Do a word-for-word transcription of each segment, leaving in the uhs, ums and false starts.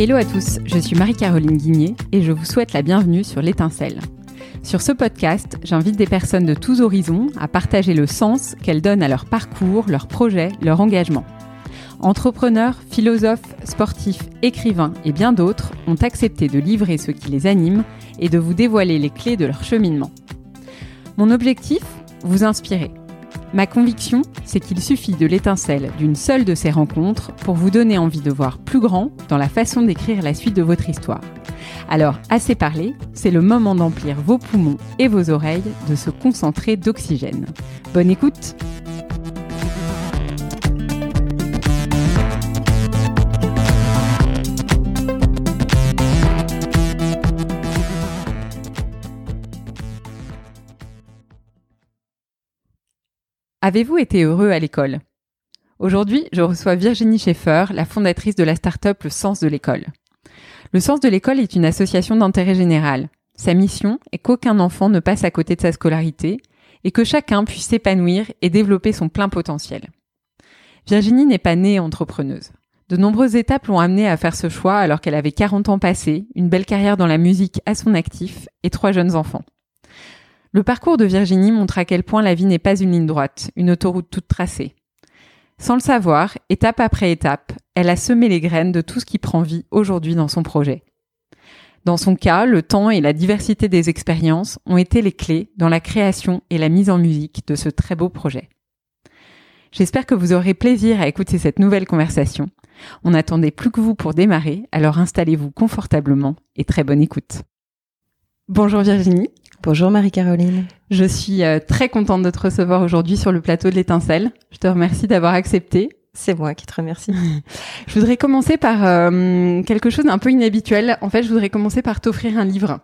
Hello à tous, je suis Marie-Caroline Guigné et je vous souhaite la bienvenue sur l'Étincelle. Sur ce podcast, j'invite des personnes de tous horizons à partager le sens qu'elles donnent à leur parcours, leurs projets, leur engagement. Entrepreneurs, philosophes, sportifs, écrivains et bien d'autres ont accepté de livrer ce qui les anime et de vous dévoiler les clés de leur cheminement. Mon objectif ? Vous inspirer. Ma conviction, c'est qu'il suffit de l'étincelle d'une seule de ces rencontres pour vous donner envie de voir plus grand dans la façon d'écrire la suite de votre histoire. Alors, assez parlé, c'est le moment d'emplir vos poumons et vos oreilles de ce concentré d'oxygène. Bonne écoute! Avez-vous été heureux à l'école ? Aujourd'hui, je reçois Virginie Schaeffer, la fondatrice de la start-up Le Sens de l'école. Le Sens de l'école est une association d'intérêt général. Sa mission est qu'aucun enfant ne passe à côté de sa scolarité et que chacun puisse s'épanouir et développer son plein potentiel. Virginie n'est pas née entrepreneuse. De nombreuses étapes l'ont amenée à faire ce choix alors qu'elle avait quarante ans passés, une belle carrière dans la musique à son actif et trois jeunes enfants. Le parcours de Virginie montre à quel point la vie n'est pas une ligne droite, une autoroute toute tracée. Sans le savoir, étape après étape, elle a semé les graines de tout ce qui prend vie aujourd'hui dans son projet. Dans son cas, le temps et la diversité des expériences ont été les clés dans la création et la mise en musique de ce très beau projet. J'espère que vous aurez plaisir à écouter cette nouvelle conversation. On n'attendait plus que vous pour démarrer, alors installez-vous confortablement et très bonne écoute. Bonjour Virginie. Bonjour Marie-Caroline. Je suis euh, très contente de te recevoir aujourd'hui sur le plateau de l'Étincelle. Je te remercie d'avoir accepté. C'est moi qui te remercie. Je voudrais commencer par euh, quelque chose d'un peu inhabituel. En fait, je voudrais commencer par t'offrir un livre.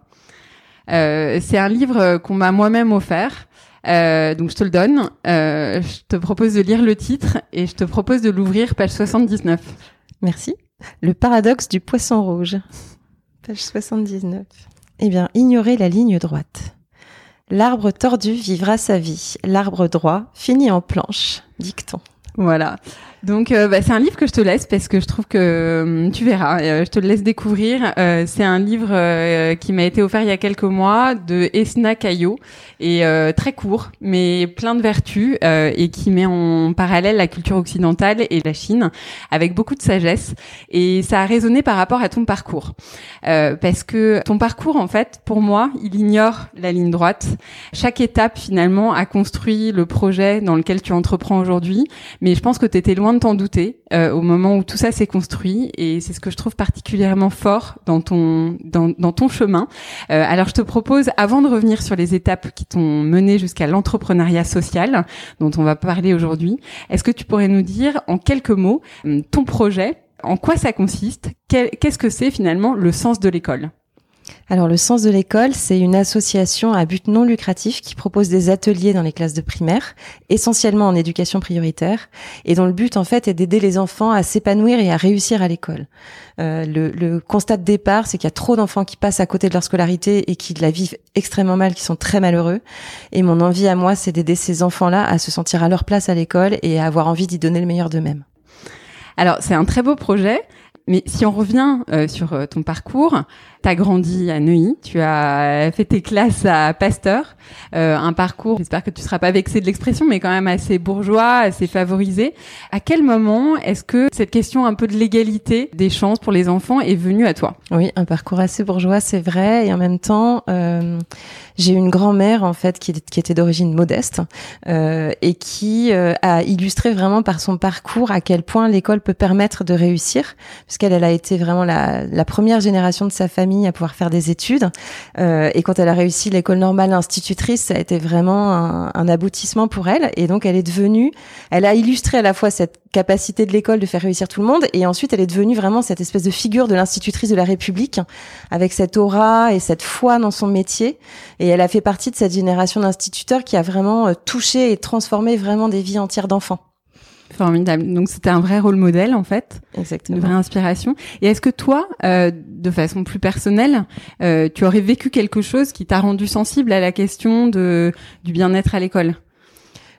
Euh, c'est un livre qu'on m'a moi-même offert. Euh, donc je te le donne. Euh, je te propose de lire le titre et je te propose de l'ouvrir, page soixante-dix-neuf. Merci. Le paradoxe du poisson rouge. Page soixante-dix-neuf. Eh bien, ignorez la ligne droite. L'arbre tordu vivra sa vie. L'arbre droit finit en planche. Dicton. Voilà. Donc, euh, bah, c'est un livre que je te laisse parce que je trouve que euh, tu verras. Euh, je te le laisse découvrir. Euh, c'est un livre euh, qui m'a été offert il y a quelques mois de Esna Caillot et euh, très court, mais plein de vertus euh, et qui met en parallèle la culture occidentale et la Chine avec beaucoup de sagesse. Et ça a résonné par rapport à ton parcours, euh, parce que ton parcours, en fait, pour moi, il ignore la ligne droite. Chaque étape, finalement, a construit le projet dans lequel tu entreprends aujourd'hui. Mais je pense que tu étais loin de t'en douter euh, au moment où tout ça s'est construit, et c'est ce que je trouve particulièrement fort dans ton dans, dans ton chemin. Euh, alors je te propose, avant de revenir sur les étapes qui t'ont mené jusqu'à l'entrepreneuriat social dont on va parler aujourd'hui, est-ce que tu pourrais nous dire en quelques mots ton projet, en quoi ça consiste, quel, qu'est-ce que c'est finalement le sens de l'école ? Alors, le Sens de l'école, c'est une association à but non lucratif qui propose des ateliers dans les classes de primaire, essentiellement en éducation prioritaire, et dont le but, en fait, est d'aider les enfants à s'épanouir et à réussir à l'école. Euh, le, le constat de départ, c'est qu'il y a trop d'enfants qui passent à côté de leur scolarité et qui la vivent extrêmement mal, qui sont très malheureux. Et mon envie à moi, c'est d'aider ces enfants-là à se sentir à leur place à l'école et à avoir envie d'y donner le meilleur d'eux-mêmes. Alors, c'est un très beau projet. Mais si on revient euh, sur euh, ton parcours, tu as grandi à Neuilly, tu as fait tes classes à Pasteur, euh, un parcours, j'espère que tu seras pas vexé de l'expression, mais quand même assez bourgeois, assez favorisé. À quel moment est-ce que cette question un peu de l'égalité des chances pour les enfants est venue à toi ? Oui, un parcours assez bourgeois, c'est vrai, et en même temps, euh, j'ai une grand-mère en fait qui, qui était d'origine modeste euh, et qui euh, a illustré vraiment par son parcours à quel point l'école peut permettre de réussir, puisqu'elle elle a été vraiment la, la première génération de sa famille à pouvoir faire des études. Euh, et quand elle a réussi l'école normale institutrice, ça a été vraiment un, un aboutissement pour elle. Et donc, elle est devenue, elle a illustré à la fois cette capacité de l'école de faire réussir tout le monde, et ensuite, elle est devenue vraiment cette espèce de figure de l'institutrice de la République, avec cette aura et cette foi dans son métier. Et elle a fait partie de cette génération d'instituteurs qui a vraiment touché et transformé vraiment des vies entières d'enfants. Formidable. Donc, c'était un vrai rôle modèle, en fait. Exactement. Une vraie inspiration. Et est-ce que toi, euh, de façon plus personnelle, euh, tu aurais vécu quelque chose qui t'a rendu sensible à la question de, du bien-être à l'école ?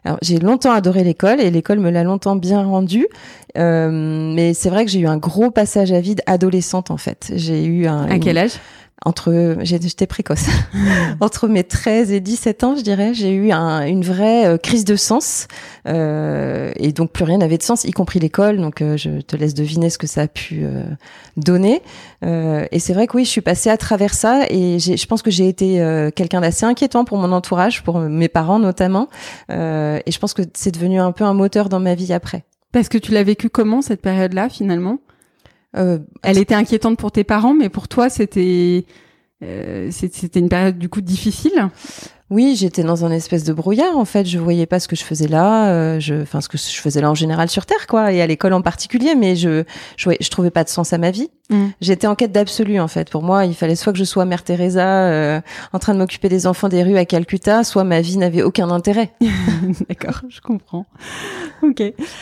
Alors, j'ai longtemps adoré l'école et l'école me l'a longtemps bien rendue. Euh, mais c'est vrai que j'ai eu un gros passage à vide adolescente, en fait. J'ai eu un... À quel âge ? Entre, j'étais précoce. Entre mes treize et dix-sept ans, je dirais, j'ai eu un, une vraie euh, crise de sens. Euh, et donc, plus rien n'avait de sens, y compris l'école. Donc, euh, je te laisse deviner ce que ça a pu euh, donner. Euh, et c'est vrai que oui, je suis passée à travers ça. Et j'ai, je pense que j'ai été euh, quelqu'un d'assez inquiétant pour mon entourage, pour mes parents notamment. Euh, et je pense que c'est devenu un peu un moteur dans ma vie après. Parce que tu l'as vécu comment, cette période-là, finalement ? Euh, Elle était inquiétante pour tes parents, mais pour toi, c'était euh, c'était une période du coup difficile. Oui, j'étais dans un espèce de brouillard en fait. Je voyais pas ce que je faisais là, euh, je, enfin ce que je faisais là en général sur Terre, quoi, et à l'école en particulier. Mais je, je, je trouvais pas de sens à ma vie. Mmh. J'étais en quête d'absolu en fait. Pour moi, il fallait soit que je sois Mère Teresa euh, en train de m'occuper des enfants des rues à Calcutta, soit ma vie n'avait aucun intérêt. D'accord, je comprends. Ok.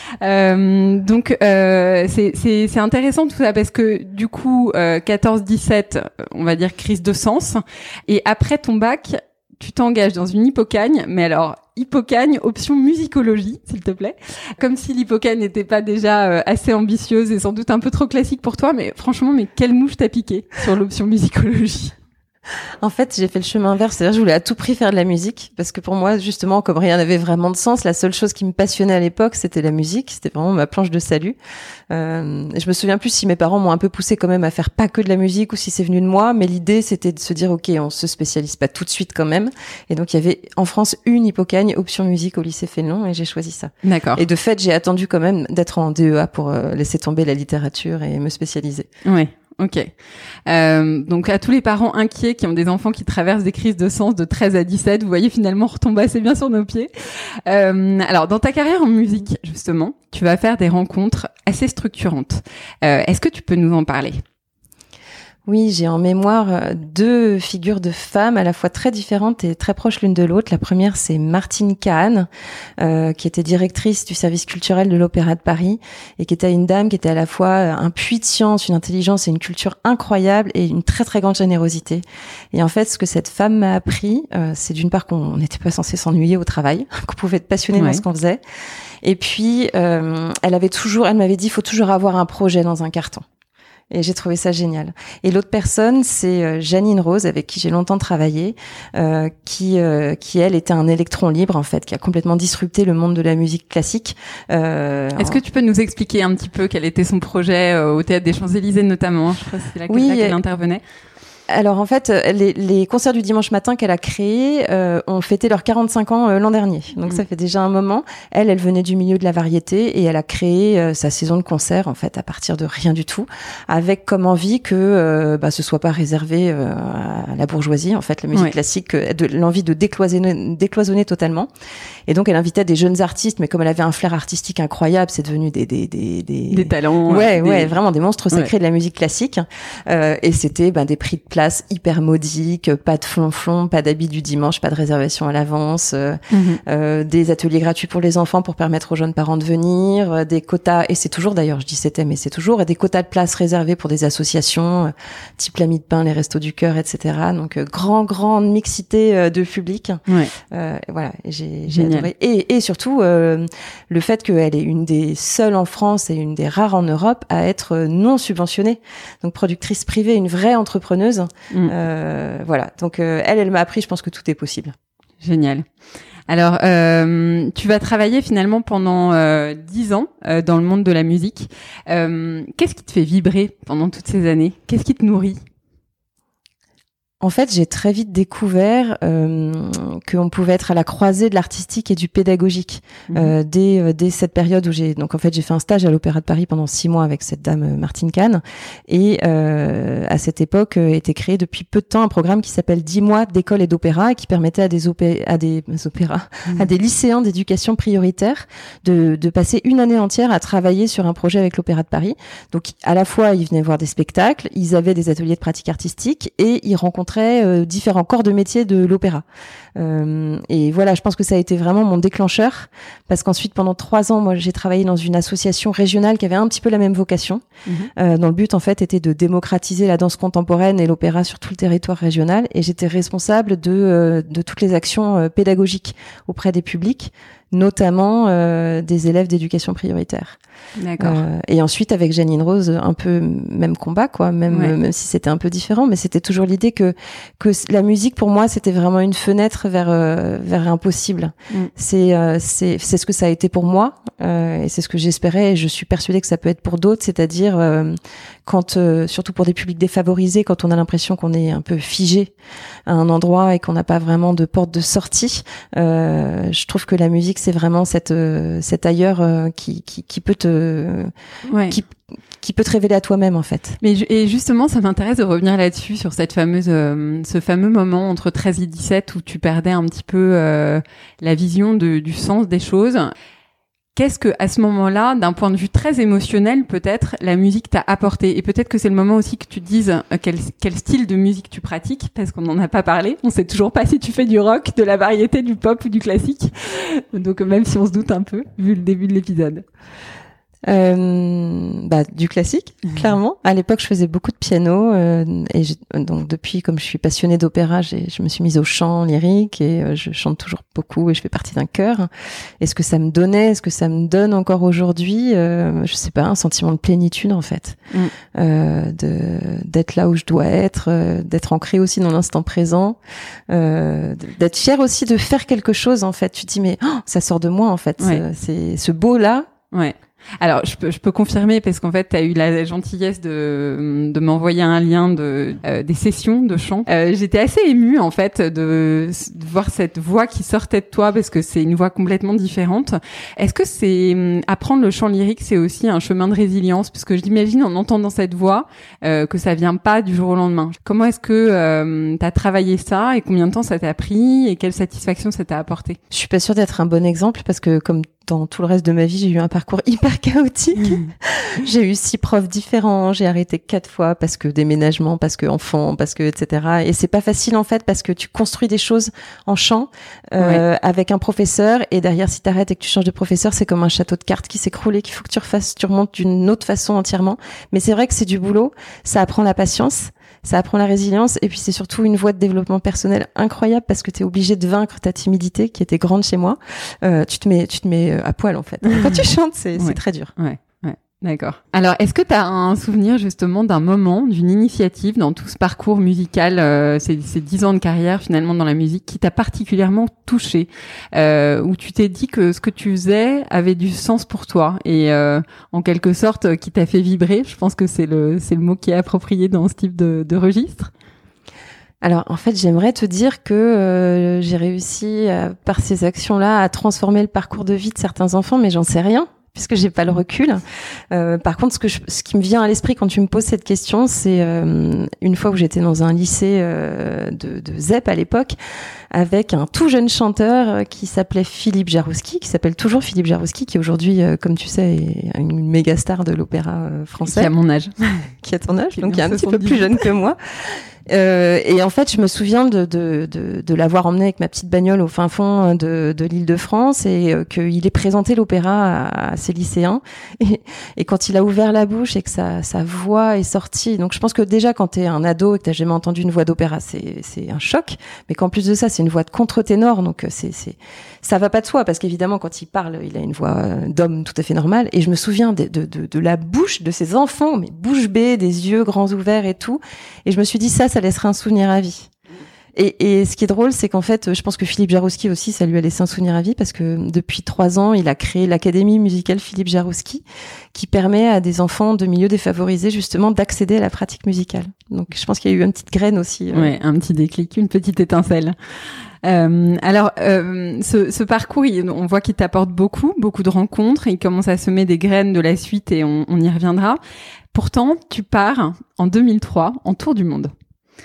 Euh, donc euh, c'est c'est c'est intéressant tout ça parce que du coup euh, quatorze dix-sept, on va dire crise de sens, et après ton bac, tu t'engages dans une hypocagne, mais alors hypocagne option musicologie, s'il te plaît. Comme si l'hypocagne n'était pas déjà euh, assez ambitieuse et sans doute un peu trop classique pour toi, mais franchement, mais quelle mouche t'as piqué sur l'option musicologie ? En fait, j'ai fait le chemin inverse, c'est-à-dire je voulais à tout prix faire de la musique, parce que pour moi, justement, comme rien n'avait vraiment de sens, la seule chose qui me passionnait à l'époque, c'était la musique, c'était vraiment ma planche de salut. Euh, je me souviens plus si mes parents m'ont un peu poussé quand même à faire pas que de la musique ou si c'est venu de moi, mais l'idée c'était de se dire ok, on se spécialise pas tout de suite quand même. Et donc il y avait en France une hypocagne option musique au lycée Fénelon et j'ai choisi ça. D'accord. Et de fait, j'ai attendu quand même d'être en D E A pour euh, laisser tomber la littérature et me spécialiser. Ouais. Ok. Euh, donc à tous les parents inquiets qui ont des enfants qui traversent des crises de sens de treize à dix-sept, vous voyez finalement retomber assez bien sur nos pieds. Euh, alors dans ta carrière en musique, justement, tu vas faire des rencontres assez structurantes. Euh, est-ce que tu peux nous en parler ? Oui, j'ai en mémoire deux figures de femmes à la fois très différentes et très proches l'une de l'autre. La première, c'est Martine Kahn, euh, qui était directrice du service culturel de l'Opéra de Paris et qui était une dame qui était à la fois un puits de science, une intelligence et une culture incroyable et une très très grande générosité. Et en fait, ce que cette femme m'a appris, euh, c'est d'une part qu'on n'était pas censé s'ennuyer au travail, qu'on pouvait être passionné ouais. dans ce qu'on faisait. Et puis, euh, elle avait toujours, elle m'avait dit, il faut toujours avoir un projet dans un carton. Et j'ai trouvé ça génial. Et l'autre personne, c'est Janine Rose, avec qui j'ai longtemps travaillé, euh, qui, euh, qui elle était un électron libre en fait, qui a complètement disrupté le monde de la musique classique. Euh, Est-ce que tu peux nous expliquer un petit peu quel était son projet euh, au Théâtre des Champs-Élysées notamment ? Je crois que c'est là, oui, là qu'elle intervenait. Alors en fait, les, les concerts du dimanche matin qu'elle a créés euh, ont fêté leurs quarante-cinq ans euh, l'an dernier. Donc mmh. ça fait déjà un moment. Elle, elle venait du milieu de la variété et elle a créé euh, sa saison de concert en fait à partir de rien du tout, avec comme envie que euh, bah, ce soit pas réservé euh, à la bourgeoisie en fait, la musique ouais. classique, de l'envie de décloisonner, décloisonner totalement. Et donc elle invitait des jeunes artistes, mais comme elle avait un flair artistique incroyable, c'est devenu des des des des, des talents. Ouais, des... ouais, vraiment des monstres sacrés ouais. de la musique classique. Euh, et c'était ben des prix de place hyper modiques, pas de flonflon, pas d'habits du dimanche, pas de réservation à l'avance, euh, mm-hmm. euh, des ateliers gratuits pour les enfants pour permettre aux jeunes parents de venir, euh, des quotas, et c'est toujours d'ailleurs, je dis c'était, mais c'est toujours, et des quotas de place réservés pour des associations, euh, type l'Ami de Pain, les Restos du Cœur, et cetera. Donc euh, grand, grande mixité euh, de public. Ouais. Euh, voilà, j'ai, j'ai adoré. Et, et surtout, euh, le fait qu'elle est une des seules en France et une des rares en Europe à être non subventionnée. Donc productrice privée, une vraie entrepreneuse. Mm. Euh, voilà, donc euh, elle, elle m'a appris, je pense que tout est possible. Génial. Alors, euh, tu vas travailler finalement pendant euh, dix ans euh, dans le monde de la musique. Euh, qu'est-ce qui te fait vibrer pendant toutes ces années ? Qu'est-ce qui te nourrit ? En fait, j'ai très vite découvert euh, qu'on pouvait être à la croisée de l'artistique et du pédagogique mmh. euh, dès euh, dès cette période où j'ai donc en fait j'ai fait un stage à l'Opéra de Paris pendant six mois avec cette dame euh, Martine Kahn et euh, à cette époque euh, était créé depuis peu de temps un programme qui s'appelle dix mois d'école et d'opéra et qui permettait à des opé- à des opéras mmh. à des lycéens d'éducation prioritaire de de passer une année entière à travailler sur un projet avec l'Opéra de Paris. Donc à la fois ils venaient voir des spectacles, ils avaient des ateliers de pratique artistique et ils rencontraient Euh, différents corps de métier de l'opéra. Euh, et voilà, je pense que ça a été vraiment mon déclencheur parce qu'ensuite, pendant trois ans, moi, j'ai travaillé dans une association régionale qui avait un petit peu la même vocation, mmh. euh, dont le but, en fait, était de démocratiser la danse contemporaine et l'opéra sur tout le territoire régional. Et j'étais responsable de, euh, de toutes les actions euh, pédagogiques auprès des publics, notamment euh, des élèves d'éducation prioritaire. D'accord. Euh, et ensuite avec Janine Rose, un peu même combat, quoi, même Ouais. euh, même si c'était un peu différent, mais c'était toujours l'idée que que la musique pour moi c'était vraiment une fenêtre vers euh, vers l'impossible. Mm. C'est euh, c'est c'est ce que ça a été pour moi euh, et c'est ce que j'espérais. Et je suis persuadée que ça peut être pour d'autres, c'est-à-dire euh, quand euh, surtout pour des publics défavorisés, quand on a l'impression qu'on est un peu figé à un endroit et qu'on n'a pas vraiment de porte de sortie. Euh, je trouve que la musique c'est vraiment cette euh, cet ailleurs euh, qui qui qui peut te Ouais. qui, qui peut te révéler à toi-même en fait. Mais et justement, ça m'intéresse de revenir là-dessus sur cette fameuse, euh, ce fameux moment entre treize et dix-sept où tu perdais un petit peu euh, la vision de, du sens des choses. Qu'est-ce que, à ce moment-là, d'un point de vue très émotionnel, peut-être, la musique t'a apporté? Et peut-être que c'est le moment aussi que tu te dises euh, quel, quel style de musique tu pratiques, parce qu'on n'en a pas parlé. On sait toujours pas si tu fais du rock, de la variété, du pop ou du classique. Donc, même si on se doute un peu, vu le début de l'épisode. Euh, bah, du classique, mmh. clairement. À l'époque, je faisais beaucoup de piano euh, et j'ai, donc depuis, comme je suis passionnée d'opéra, j'ai, je me suis mise au chant lyrique et euh, je chante toujours beaucoup et je fais partie d'un chœur. Et ce que ça me donnait, ce que ça me donne encore aujourd'hui, euh, je sais pas, un sentiment de plénitude en fait, mmh. euh, de d'être là où je dois être, euh, d'être ancrée aussi dans l'instant présent, euh, d'être fière aussi de faire quelque chose en fait. Tu te dis mais oh, ça sort de moi en fait, ouais. c'est, c'est ce beau là. Ouais. Alors, je peux, je peux confirmer parce qu'en fait, tu as eu la gentillesse de, de m'envoyer un lien de, euh, des sessions de chant. Euh, j'étais assez émue, en fait, de, de voir cette voix qui sortait de toi parce que c'est une voix complètement différente. Est-ce que c'est, apprendre le chant lyrique, c'est aussi un chemin de résilience? Parce que j'imagine, en entendant cette voix, euh, que ça vient pas du jour au lendemain. Comment est-ce que euh, tu as travaillé ça et combien de temps ça t'a pris et quelle satisfaction ça t'a apporté? Je suis pas sûre d'être un bon exemple parce que comme dans tout le reste de ma vie, j'ai eu un parcours hyper chaotique. Mmh. J'ai eu six profs différents, j'ai arrêté quatre fois parce que déménagement, parce que enfant, parce que et cetera. Et c'est pas facile en fait parce que tu construis des choses en chant euh, ouais. avec un professeur et derrière si t'arrêtes et que tu changes de professeur, c'est comme un château de cartes qui s'écroule et qu'il faut que tu refasses, tu remontes d'une autre façon entièrement. Mais c'est vrai que c'est du boulot, ça apprend la patience. Ça apprend la résilience et puis c'est surtout une voie de développement personnel incroyable parce que tu es obligé de vaincre ta timidité qui était grande chez moi. Euh, tu te mets tu te mets à poil en fait. Quand tu chantes, c'est ouais. c'est très dur. Ouais. D'accord. Alors, est-ce que tu as un souvenir justement d'un moment, d'une initiative dans tout ce parcours musical, euh, ces, ces dix ans de carrière finalement dans la musique, qui t'a particulièrement touché, euh, où tu t'es dit que ce que tu faisais avait du sens pour toi et euh, en quelque sorte qui t'a fait vibrer? Je pense que c'est le c'est le mot qui est approprié dans ce type de, de registre. Alors en fait, j'aimerais te dire que euh, j'ai réussi euh, par ces actions-là à transformer le parcours de vie de certains enfants, mais j'en sais rien. Puisque j'ai pas le recul. Euh, par contre, ce que je, ce qui me vient à l'esprit quand tu me poses cette question, c'est euh, une fois où j'étais dans un lycée euh, de, de Z E P à l'époque, avec un tout jeune chanteur qui s'appelait Philippe Jarouski, qui s'appelle toujours Philippe Jarouski, qui aujourd'hui, euh, comme tu sais, est une méga star de l'opéra euh, français. Qui a mon âge. Qui a ton âge, donc qui est un petit peu plus jeune que moi. Euh, et en fait, je me souviens de, de, de, de l'avoir emmené avec ma petite bagnole au fin fond de, de l'Île-de-France et euh, qu'il ait présenté l'opéra à, à ses lycéens. Et, et quand il a ouvert la bouche et que sa, sa voix est sortie, donc je pense que déjà quand t'es un ado et que t'as jamais entendu une voix d'opéra, c'est, c'est un choc. Mais qu'en plus de ça, c'est une voix de contre-ténor, donc c'est, c'est, ça va pas de soi parce qu'évidemment quand il parle, il a une voix d'homme tout à fait normale. Et je me souviens de, de, de, de la bouche de ses enfants, mais bouche bée, des yeux grands ouverts et tout. Et je me suis dit ça. ça laissera un souvenir à vie. Et, et ce qui est drôle, c'est qu'en fait, je pense que Philippe Jarouski aussi, ça lui a laissé un souvenir à vie parce que depuis trois ans, il a créé l'Académie musicale Philippe Jarouski qui permet à des enfants de milieux défavorisés justement d'accéder à la pratique musicale. Donc je pense qu'il y a eu une petite graine aussi. Euh... Ouais, un petit déclic, une petite étincelle. Euh, alors, euh, ce, ce parcours, il, on voit qu'il t'apporte beaucoup, beaucoup de rencontres. Il commence à semer des graines de la suite et on, on y reviendra. Pourtant, tu pars en deux mille trois en tour du monde.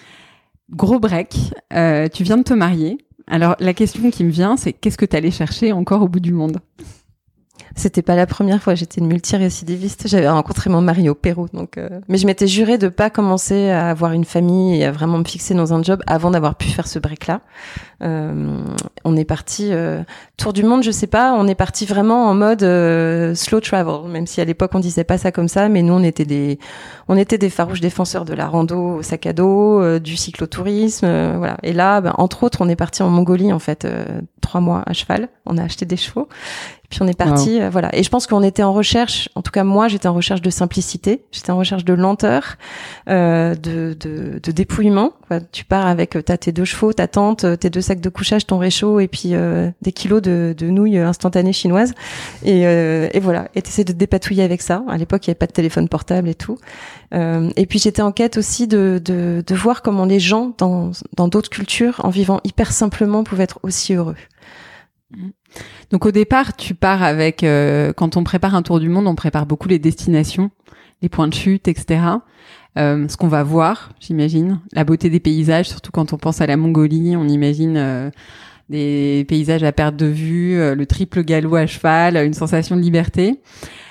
Gros break, euh, tu viens de te marier. Alors, la question qui me vient, c'est qu'est-ce que tu allais chercher encore au bout du monde? C'était pas la première fois, j'étais une multirécidiviste. J'avais rencontré mon mari au Pérou, donc. Euh... Mais je m'étais juré de pas commencer à avoir une famille et à vraiment me fixer dans un job avant d'avoir pu faire ce break-là. Euh... On est parti euh... tour du monde, je sais pas. On est parti vraiment en mode euh, slow travel, même si à l'époque on disait pas ça comme ça, mais nous on était des, on était des farouches défenseurs de la rando au sac à dos, euh, du cyclotourisme, euh, voilà. Et là, ben, entre autres, on est parti en Mongolie en fait, euh, trois mois à cheval. On a acheté des chevaux. Puis on est parti, wow. euh, voilà. Et je pense qu'on était en recherche, en tout cas moi, j'étais en recherche de simplicité, j'étais en recherche de lenteur, euh, de, de, de dépouillement. Quoi. Tu pars avec, t'as tes deux chevaux, ta tente, tes deux sacs de couchage, ton réchaud, et puis euh, des kilos de, de nouilles instantanées chinoises. Et, euh, et voilà. Et t'essaies de te dépatouiller avec ça. À l'époque, il n'y avait pas de téléphone portable et tout. Euh, et puis j'étais en quête aussi de, de, de voir comment les gens dans, dans d'autres cultures, en vivant hyper simplement, pouvaient être aussi heureux. Donc au départ, tu pars avec, euh, quand on prépare un tour du monde, on prépare beaucoup les destinations, les points de chute, et cetera. Euh, ce qu'on va voir, j'imagine, la beauté des paysages, surtout quand on pense à la Mongolie, on imagine euh, des paysages à perte de vue, euh, le triple galop à cheval, une sensation de liberté.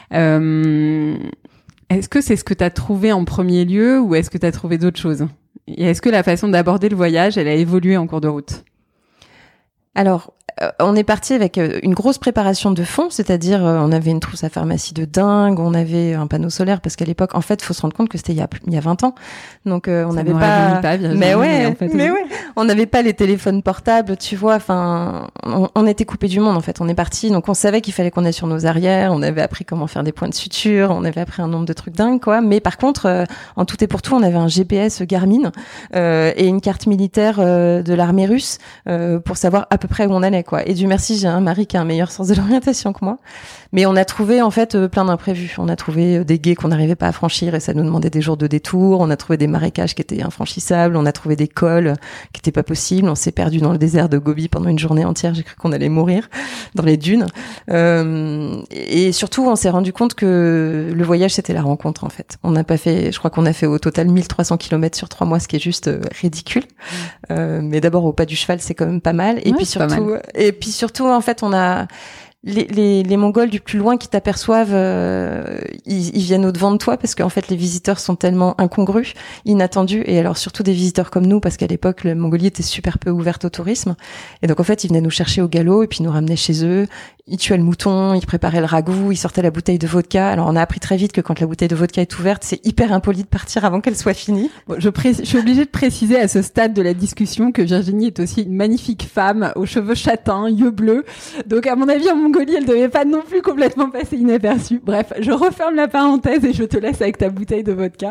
Euh, est-ce que c'est ce que tu as trouvé en premier lieu ou est-ce que tu as trouvé d'autres choses ? Et est-ce que la façon d'aborder le voyage, elle a évolué en cours de route ? Alors, euh, on est parti avec euh, une grosse préparation de fond, c'est-à-dire euh, on avait une trousse à pharmacie de dingue, on avait un panneau solaire parce qu'à l'époque, en fait, faut se rendre compte que c'était il y a il y a vingt ans, donc euh, on n'avait pas. pas mais ouais, en fait, mais ouais, on n'avait pas les téléphones portables, tu vois. Enfin, on, on était coupé du monde en fait. On est parti, donc on savait qu'il fallait qu'on aille sur nos arrières. On avait appris comment faire des points de suture, on avait appris un nombre de trucs dingues, quoi. Mais par contre, euh, en tout et pour tout, on avait un G P S Garmin euh, et une carte militaire euh, de l'armée russe euh, pour savoir à peu près où on allait, quoi. Et Dieu merci, j'ai un mari qui a un meilleur sens de l'orientation que moi. Mais on a trouvé en fait plein d'imprévus. On a trouvé des gués qu'on n'arrivait pas à franchir et ça nous demandait des jours de détour. On a trouvé des marécages qui étaient infranchissables. On a trouvé des cols qui étaient pas possibles. On s'est perdu dans le désert de Gobi pendant une journée entière. J'ai cru qu'on allait mourir dans les dunes. Euh, et surtout, on s'est rendu compte que le voyage c'était la rencontre en fait. On n'a pas fait, je crois qu'on a fait au total mille trois cents kilomètres sur trois mois, ce qui est juste ridicule. Euh, mais d'abord au pas du cheval, c'est quand même pas mal. Et ouais, puis surtout, et puis surtout en fait, on a Les, les, les Mongols du plus loin qui t'aperçoivent, euh, ils, ils viennent au-devant de toi parce qu'en fait les visiteurs sont tellement incongrus, inattendus, et alors surtout des visiteurs comme nous parce qu'à l'époque la Mongolie était super peu ouverte au tourisme, et donc en fait ils venaient nous chercher au galop et puis nous ramenaient chez eux, ils tuaient le mouton, ils préparaient le ragoût, ils sortaient la bouteille de vodka. Alors on a appris très vite que quand la bouteille de vodka est ouverte, c'est hyper impoli de partir avant qu'elle soit finie. Bon, je, pré- je suis obligée de préciser à ce stade de la discussion que Virginie est aussi une magnifique femme aux cheveux châtains, yeux bleus, donc à mon avis en Mongolie, elle devait pas non plus complètement passer inaperçue. Bref, je referme la parenthèse et je te laisse avec ta bouteille de vodka.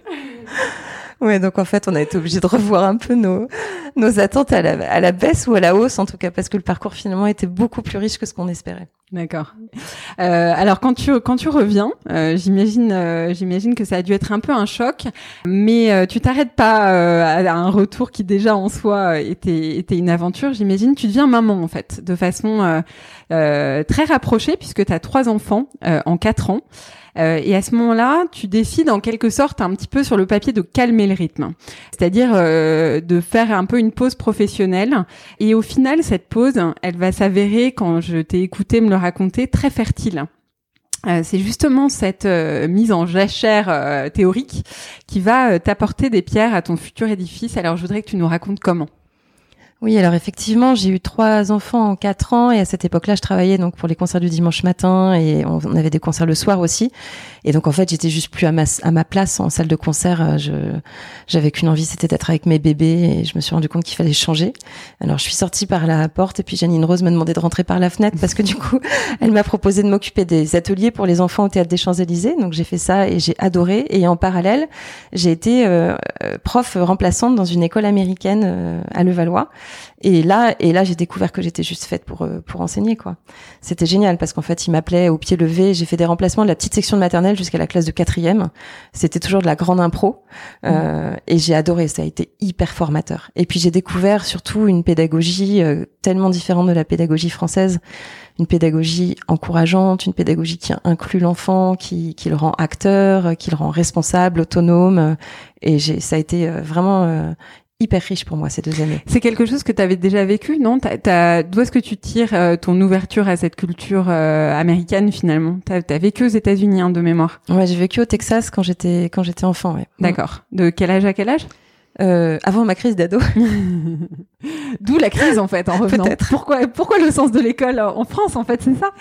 Ouais, donc en fait, on a été obligé de revoir un peu nos nos attentes à la à la baisse ou à la hausse en tout cas, parce que le parcours finalement était beaucoup plus riche que ce qu'on espérait. D'accord. Euh, alors quand tu quand tu reviens, euh, j'imagine euh, j'imagine que ça a dû être un peu un choc, mais euh, tu t'arrêtes pas euh, à un retour qui déjà en soi était était une aventure. J'imagine tu deviens maman en fait, de façon euh, euh, très rapprochée puisque tu as trois enfants euh, en quatre ans. Euh, et à ce moment-là, tu décides en quelque sorte un petit peu sur le papier de calmer le rythme, c'est-à-dire euh, de faire un peu une pause professionnelle. Et au final, cette pause, elle va s'avérer, quand je t'ai écouté me le raconter, très fertile. Euh, c'est justement cette euh, mise en jachère euh, théorique qui va euh, t'apporter des pierres à ton futur édifice. Alors, je voudrais que tu nous racontes comment. Oui, alors effectivement, j'ai eu trois enfants en quatre ans et à cette époque-là, je travaillais donc pour les concerts du dimanche matin et on, on avait des concerts le soir aussi. Et donc en fait, j'étais juste plus à ma à ma place en salle de concert. Je j'avais qu'une envie, c'était d'être avec mes bébés et je me suis rendu compte qu'il fallait changer. Alors je suis sortie par la porte et puis Janine Rose m'a demandé de rentrer par la fenêtre parce que du coup, elle m'a proposé de m'occuper des ateliers pour les enfants au Théâtre des Champs-Élysées. Donc j'ai fait ça et j'ai adoré. Et en parallèle, j'ai été euh, prof remplaçante dans une école américaine euh, à Levallois. Et là, et là, j'ai découvert que j'étais juste faite pour pour enseigner, quoi. C'était génial parce qu'en fait, ils m'appelaient au pied levé. J'ai fait des remplacements de la petite section de maternelle jusqu'à la classe de quatrième. C'était toujours de la grande impro, mmh. euh, et j'ai adoré. Ça a été hyper formateur. Et puis j'ai découvert surtout une pédagogie euh, tellement différente de la pédagogie française. Une pédagogie encourageante, une pédagogie qui inclut l'enfant, qui, qui le rend acteur, qui le rend responsable, autonome. Et j'ai, ça a été vraiment euh, hyper riches pour moi ces deux années. C'est quelque chose que tu avais déjà vécu, non? T'as, t'as, d'où est-ce que tu tires euh, ton ouverture à cette culture euh, américaine finalement? T'as, t'as vécu aux États-Unis, hein, de mémoire. Ouais, j'ai vécu au Texas quand j'étais quand j'étais enfant. Ouais. D'accord. De quel âge à quel âge? Euh, avant ma crise d'ado. D'où la crise en fait en revenant. Peut-être. Pourquoi pourquoi le sens de l'école en France en fait, c'est ça?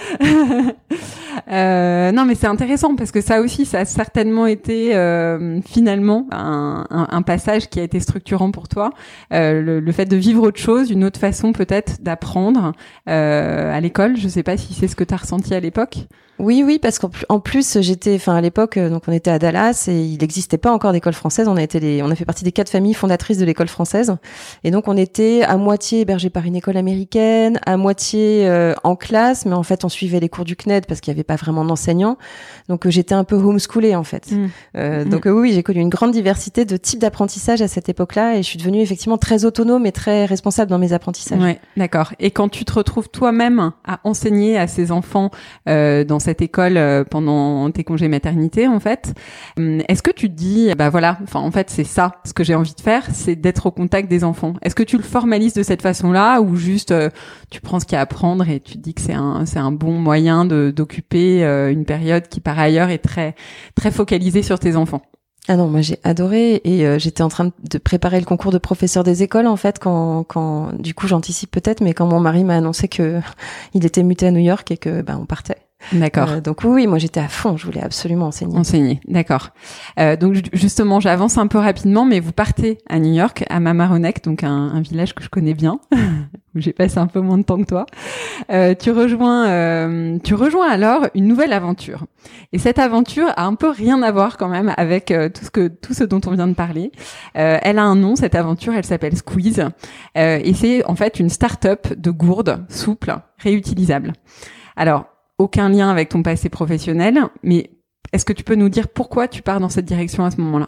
euh, non mais c'est intéressant parce que ça aussi ça a certainement été euh, finalement un, un, un passage qui a été structurant pour toi. Euh, le, le fait de vivre autre chose, une autre façon peut-être d'apprendre euh, à l'école. Je sais pas si c'est ce que tu as ressenti à l'époque. Oui, oui, parce qu'en en plus, j'étais, enfin, à l'époque, donc on était à Dallas et il n'existait pas encore d'école française. On a été les, on a fait partie des quatre familles fondatrices de l'école française. Et donc, on était à moitié hébergés par une école américaine, à moitié euh, en classe, mais en fait, on suivait les cours du C N E D parce qu'il n'y avait pas vraiment d'enseignants. Donc, euh, j'étais un peu homeschoolée, en fait. Mmh. Euh, mmh. Donc, euh, oui, j'ai connu une grande diversité de types d'apprentissage à cette époque-là et je suis devenue effectivement très autonome et très responsable dans mes apprentissages. Ouais, d'accord. Et quand tu te retrouves toi-même à enseigner à ces enfants euh, dans cette école euh, pendant tes congés maternité, en fait, euh, est-ce que tu te dis, bah voilà, enfin en fait c'est ça, ce que j'ai envie de faire, c'est d'être au contact des enfants. Est-ce que tu le formalises de cette façon-là ou juste euh, tu prends ce qu'il y a à apprendre et tu te dis que c'est un c'est un bon moyen de d'occuper euh, une période qui par ailleurs est très très focalisée sur tes enfants? Ah non, moi j'ai adoré et euh, j'étais en train de préparer le concours de professeur des écoles en fait quand quand du coup j'anticipe peut-être mais quand mon mari m'a annoncé que il était muté à New York et que bah on partait. D'accord. Euh, donc oui, oui, moi j'étais à fond, je voulais absolument enseigner. Enseigner, d'accord. Euh, donc justement, j'avance un peu rapidement, mais vous partez à New York, à Mamaroneck, donc un, un village que je connais bien, où j'ai passé un peu moins de temps que toi. Euh, tu rejoins, euh, tu rejoins alors une nouvelle aventure. Et cette aventure a un peu rien à voir quand même avec euh, tout ce que tout ce dont on vient de parler. Euh, elle a un nom, cette aventure, elle s'appelle Squeeze, euh, et c'est en fait une start-up de gourdes souples, réutilisables. Alors aucun lien avec ton passé professionnel, mais est-ce que tu peux nous dire pourquoi tu pars dans cette direction à ce moment-là?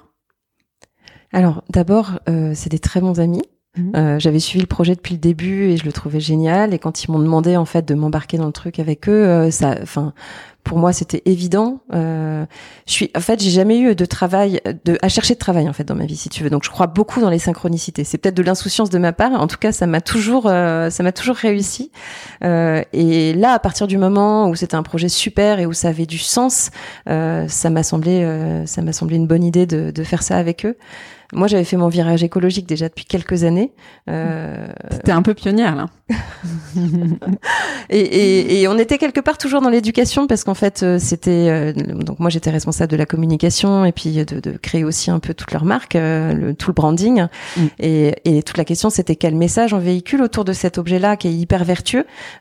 Alors, d'abord, euh, c'est des très bons amis. Mmh. Euh, j'avais suivi le projet depuis le début et je le trouvais génial. Et quand ils m'ont demandé en fait de m'embarquer dans le truc avec eux, euh, ça, enfin, pour moi c'était évident. Euh, je suis, en fait, j'ai jamais eu de travail, de à chercher de travail en fait dans ma vie, si tu veux. Donc, je crois beaucoup dans les synchronicités. C'est peut-être de l'insouciance de ma part. En tout cas, ça m'a toujours, euh, ça m'a toujours réussi. Euh, et là, à partir du moment où c'était un projet super et où ça avait du sens, euh, ça m'a semblé, euh, ça m'a semblé une bonne idée de, de faire ça avec eux. Moi, j'avais fait mon virage écologique déjà depuis quelques années. Euh... T'étais un peu pionnière, là. et, et, et on était quelque part toujours dans l'éducation parce qu'en fait, c'était... Euh, donc moi, j'étais responsable de la communication et puis de, de créer aussi un peu toute leur marque, euh, le, tout le branding. Mm. Et, et toute la question, c'était quel message on véhicule autour de cet objet-là qui est hyper vertueux.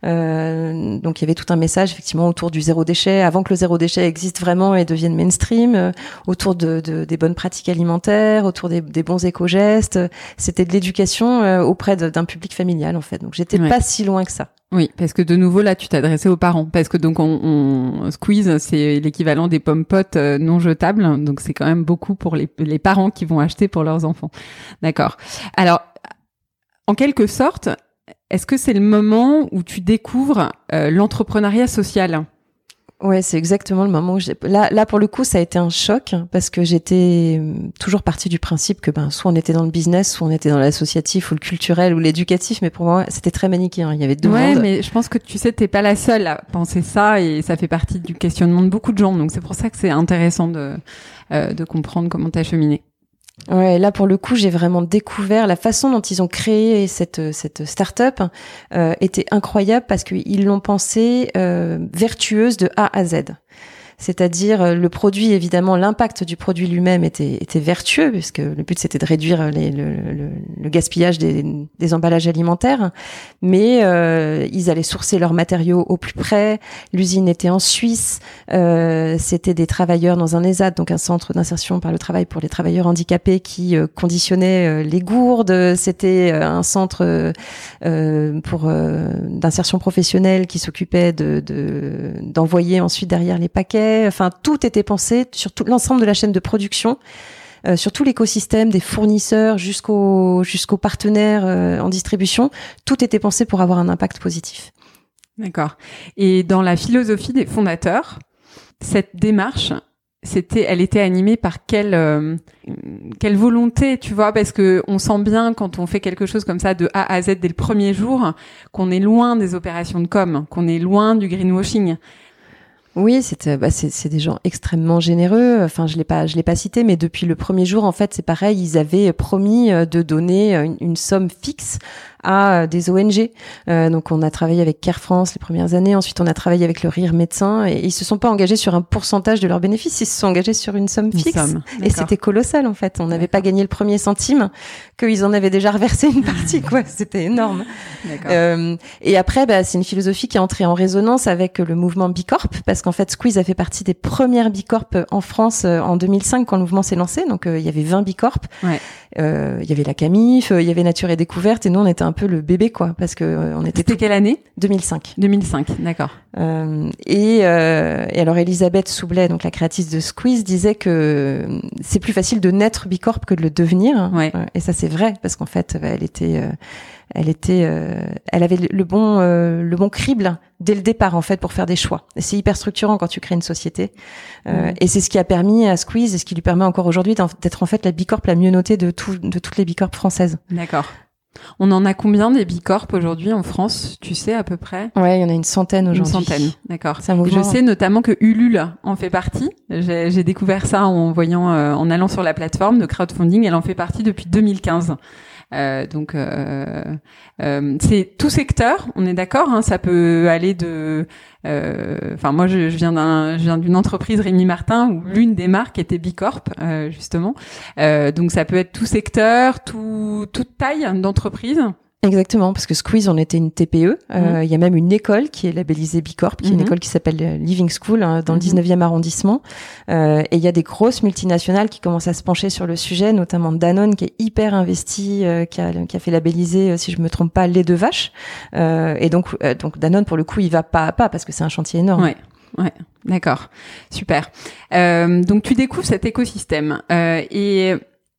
Euh, donc, il y avait tout un message, effectivement, autour du zéro déchet, avant que le zéro déchet existe vraiment et devienne mainstream, euh, autour de, de, des bonnes pratiques alimentaires, autour des Des, des bons éco-gestes. C'était de l'éducation euh, auprès de, d'un public familial en fait. Donc j'étais ouais. pas si loin que ça. Oui, parce que de nouveau là, tu t'adressais aux parents, parce que donc on, on Squeeze, c'est l'équivalent des pommes potes euh, non jetables, donc c'est quand même beaucoup pour les, les parents qui vont acheter pour leurs enfants. D'accord. Alors, en quelque sorte, est-ce que c'est le moment où tu découvres euh, l'entrepreneuriat social ? Ouais, c'est exactement le moment où j'ai... Là, là, pour le coup, ça a été un choc parce que j'étais toujours partie du principe que ben, soit on était dans le business, soit on était dans l'associatif ou le culturel ou l'éducatif, mais pour moi, c'était très manichéen. Il y avait deux ouais, mondes. Mais je pense que tu sais, t'es pas la seule à penser ça et ça fait partie du questionnement de beaucoup de gens. Donc c'est pour ça que c'est intéressant de, euh, de comprendre comment t'as cheminé. Ouais, là pour le coup, j'ai vraiment découvert la façon dont ils ont créé cette cette start-up euh, était incroyable parce qu'ils l'ont pensée euh, vertueuse de A à Z. C'est-à-dire le produit, évidemment, l'impact du produit lui-même était, était vertueux, puisque le but c'était de réduire les, le, le, le gaspillage des, des emballages alimentaires. Mais euh, ils allaient sourcer leurs matériaux au plus près. L'usine était en Suisse. Euh, c'était des travailleurs dans un ESAT, donc un centre d'insertion par le travail pour les travailleurs handicapés, qui euh, conditionnait euh, les gourdes. C'était euh, un centre euh, pour euh, d'insertion professionnelle qui s'occupait de, de d'envoyer ensuite derrière les paquets. Enfin, tout était pensé sur tout l'ensemble de la chaîne de production, euh, sur tout l'écosystème des fournisseurs jusqu'aux jusqu'aux partenaires euh, en distribution. Tout était pensé pour avoir un impact positif. D'accord. Et dans la philosophie des fondateurs, cette démarche, c'était, elle était animée par quelle, euh, quelle volonté, tu vois, parce que on sent bien quand on fait quelque chose comme ça de A à Z dès le premier jour, qu'on est loin des opérations de com, qu'on est loin du greenwashing. Oui, c'est bah, c'est c'est des gens extrêmement généreux. Enfin, je l'ai pas je l'ai pas cité, mais depuis le premier jour, en fait, c'est pareil. Ils avaient promis de donner une, une somme fixe à des O N G. Euh, donc, on a travaillé avec Care France les premières années. Ensuite, on a travaillé avec le Rire Médecin. Et ils se sont pas engagés sur un pourcentage de leurs bénéfices. Ils se sont engagés sur une somme Une fixe. somme. Et c'était colossal, en fait. On n'avait pas gagné le premier centime, qu'ils en avaient déjà reversé une partie, quoi. C'était énorme. D'accord. Euh, et après, bah, c'est une philosophie qui est entrée en résonance avec le mouvement Bicorp, parce qu'en fait, Squeeze a fait partie des premières Bicorp en France euh, en deux mille cinq quand le mouvement s'est lancé. Donc, euh, il y avait vingt Bicorp. Ouais. Euh, il y avait la Camif, euh, il y avait Nature et Découverte, et nous, on était un peu le bébé, quoi, parce que euh, on était. C'était tout... quelle année? deux mille cinq. deux mille cinq, d'accord. Euh, et, euh, et alors, Elisabeth Soublet, donc la créatrice de Squeeze, disait que c'est plus facile de naître Bicorp que de le devenir. Ouais. Et ça, c'est vrai, parce qu'en fait, elle était, euh, elle était, euh, elle avait le bon, euh, le bon crible dès le départ, en fait, pour faire des choix. Et c'est hyper structurant quand tu crées une société. Euh, mmh. Et c'est ce qui a permis à Squeeze, et ce qui lui permet encore aujourd'hui d'être en fait la Bicorp la mieux notée de tout, de toutes les Bicorp françaises. D'accord. On en a combien des Bicorp aujourd'hui en France, tu sais à peu près? Ouais, il y en a une centaine aujourd'hui. Une centaine, d'accord. C'est un mouvement... Je sais notamment que Ulule en fait partie. J'ai, j'ai découvert ça en voyant, euh, en allant sur la plateforme de crowdfunding. Elle en fait partie depuis deux mille quinze. Euh, donc euh, euh, c'est tout secteur, on est d'accord, hein, ça peut aller de enfin euh, moi je, je viens d'un je viens d'une entreprise Rémi Martin où l'une des marques était Bicorp euh, justement. Euh, donc ça peut être tout secteur, tout toute taille d'entreprise. Exactement, parce que Squeeze, on était une T P E. Il euh, mmh. y a même une école qui est labellisée Bicorp, qui est mmh. une école qui s'appelle Living School, hein, dans mmh. le dix-neuvième arrondissement. Euh, et il y a des grosses multinationales qui commencent à se pencher sur le sujet, notamment Danone, qui est hyper investi, euh, qui, a, qui a fait labelliser, euh, si je me trompe pas, lait de vache. Euh, et donc, euh, donc Danone, pour le coup, il va pas à pas, parce que c'est un chantier énorme. Ouais. Ouais, d'accord, super. Euh, donc tu découvres cet écosystème euh, et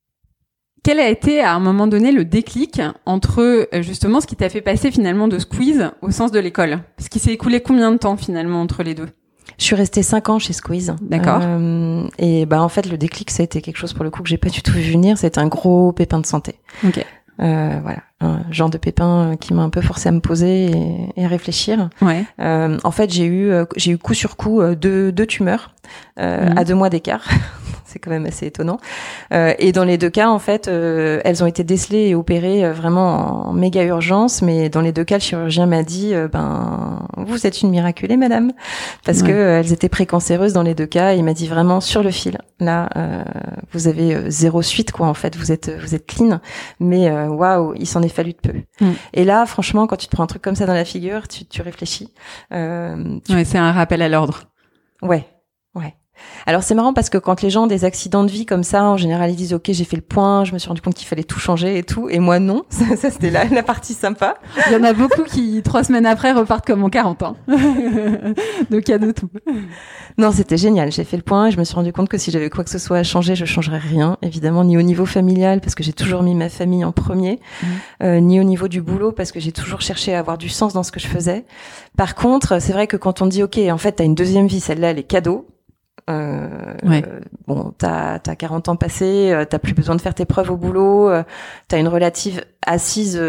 quel a été à un moment donné le déclic entre justement ce qui t'a fait passer finalement de Squeeze au sens de l'école? Parce qu'il s'est écoulé combien de temps finalement entre les deux? Je suis restée cinq ans chez Squeeze. D'accord. Euh, et bah en fait le déclic ça a été quelque chose pour le coup que j'ai pas du tout vu venir. C'était un gros pépin de santé. Ok. Euh, voilà, un genre de pépin qui m'a un peu forcé à me poser et, et à réfléchir. Ouais. Euh, en fait, j'ai eu j'ai eu coup sur coup deux deux tumeurs euh, mmh. à deux mois d'écart. C'est quand même assez étonnant. Euh, et dans les deux cas, en fait, euh, elles ont été décelées et opérées euh, vraiment en méga urgence. Mais dans les deux cas, le chirurgien m'a dit, euh, ben, vous êtes une miraculée, madame, parce ouais. que euh, elles étaient précancéreuses dans les deux cas. Il m'a dit vraiment sur le fil. Là, euh, vous avez euh, zéro suite, quoi. En fait, vous êtes vous êtes clean. Mais waouh, wow, il s'en est fallu de peu. Mm. Et là, franchement, quand tu te prends un truc comme ça dans la figure, tu, tu réfléchis. Euh, tu... Ouais, c'est un rappel à l'ordre. Ouais, ouais. Alors c'est marrant parce que quand les gens ont des accidents de vie comme ça, en général ils disent ok j'ai fait le point, je me suis rendu compte qu'il fallait tout changer et tout, et moi non, ça, ça c'était la, la partie sympa. Il y en a beaucoup qui trois semaines après repartent comme en quarante ans. Donc il y a de tout. Non, c'était génial, j'ai fait le point et je me suis rendu compte que si j'avais quoi que ce soit à changer, je changerais rien, évidemment, ni au niveau familial parce que j'ai toujours mis ma famille en premier, mmh. euh, ni au niveau du boulot parce que j'ai toujours cherché à avoir du sens dans ce que je faisais. Par contre, c'est vrai que quand on dit ok en fait t'as une deuxième vie, celle-là elle est cadeau. Euh, ouais. euh, bon, t'as, t'as quarante ans passés, euh, t'as plus besoin de faire tes preuves au boulot, euh, t'as une relative assise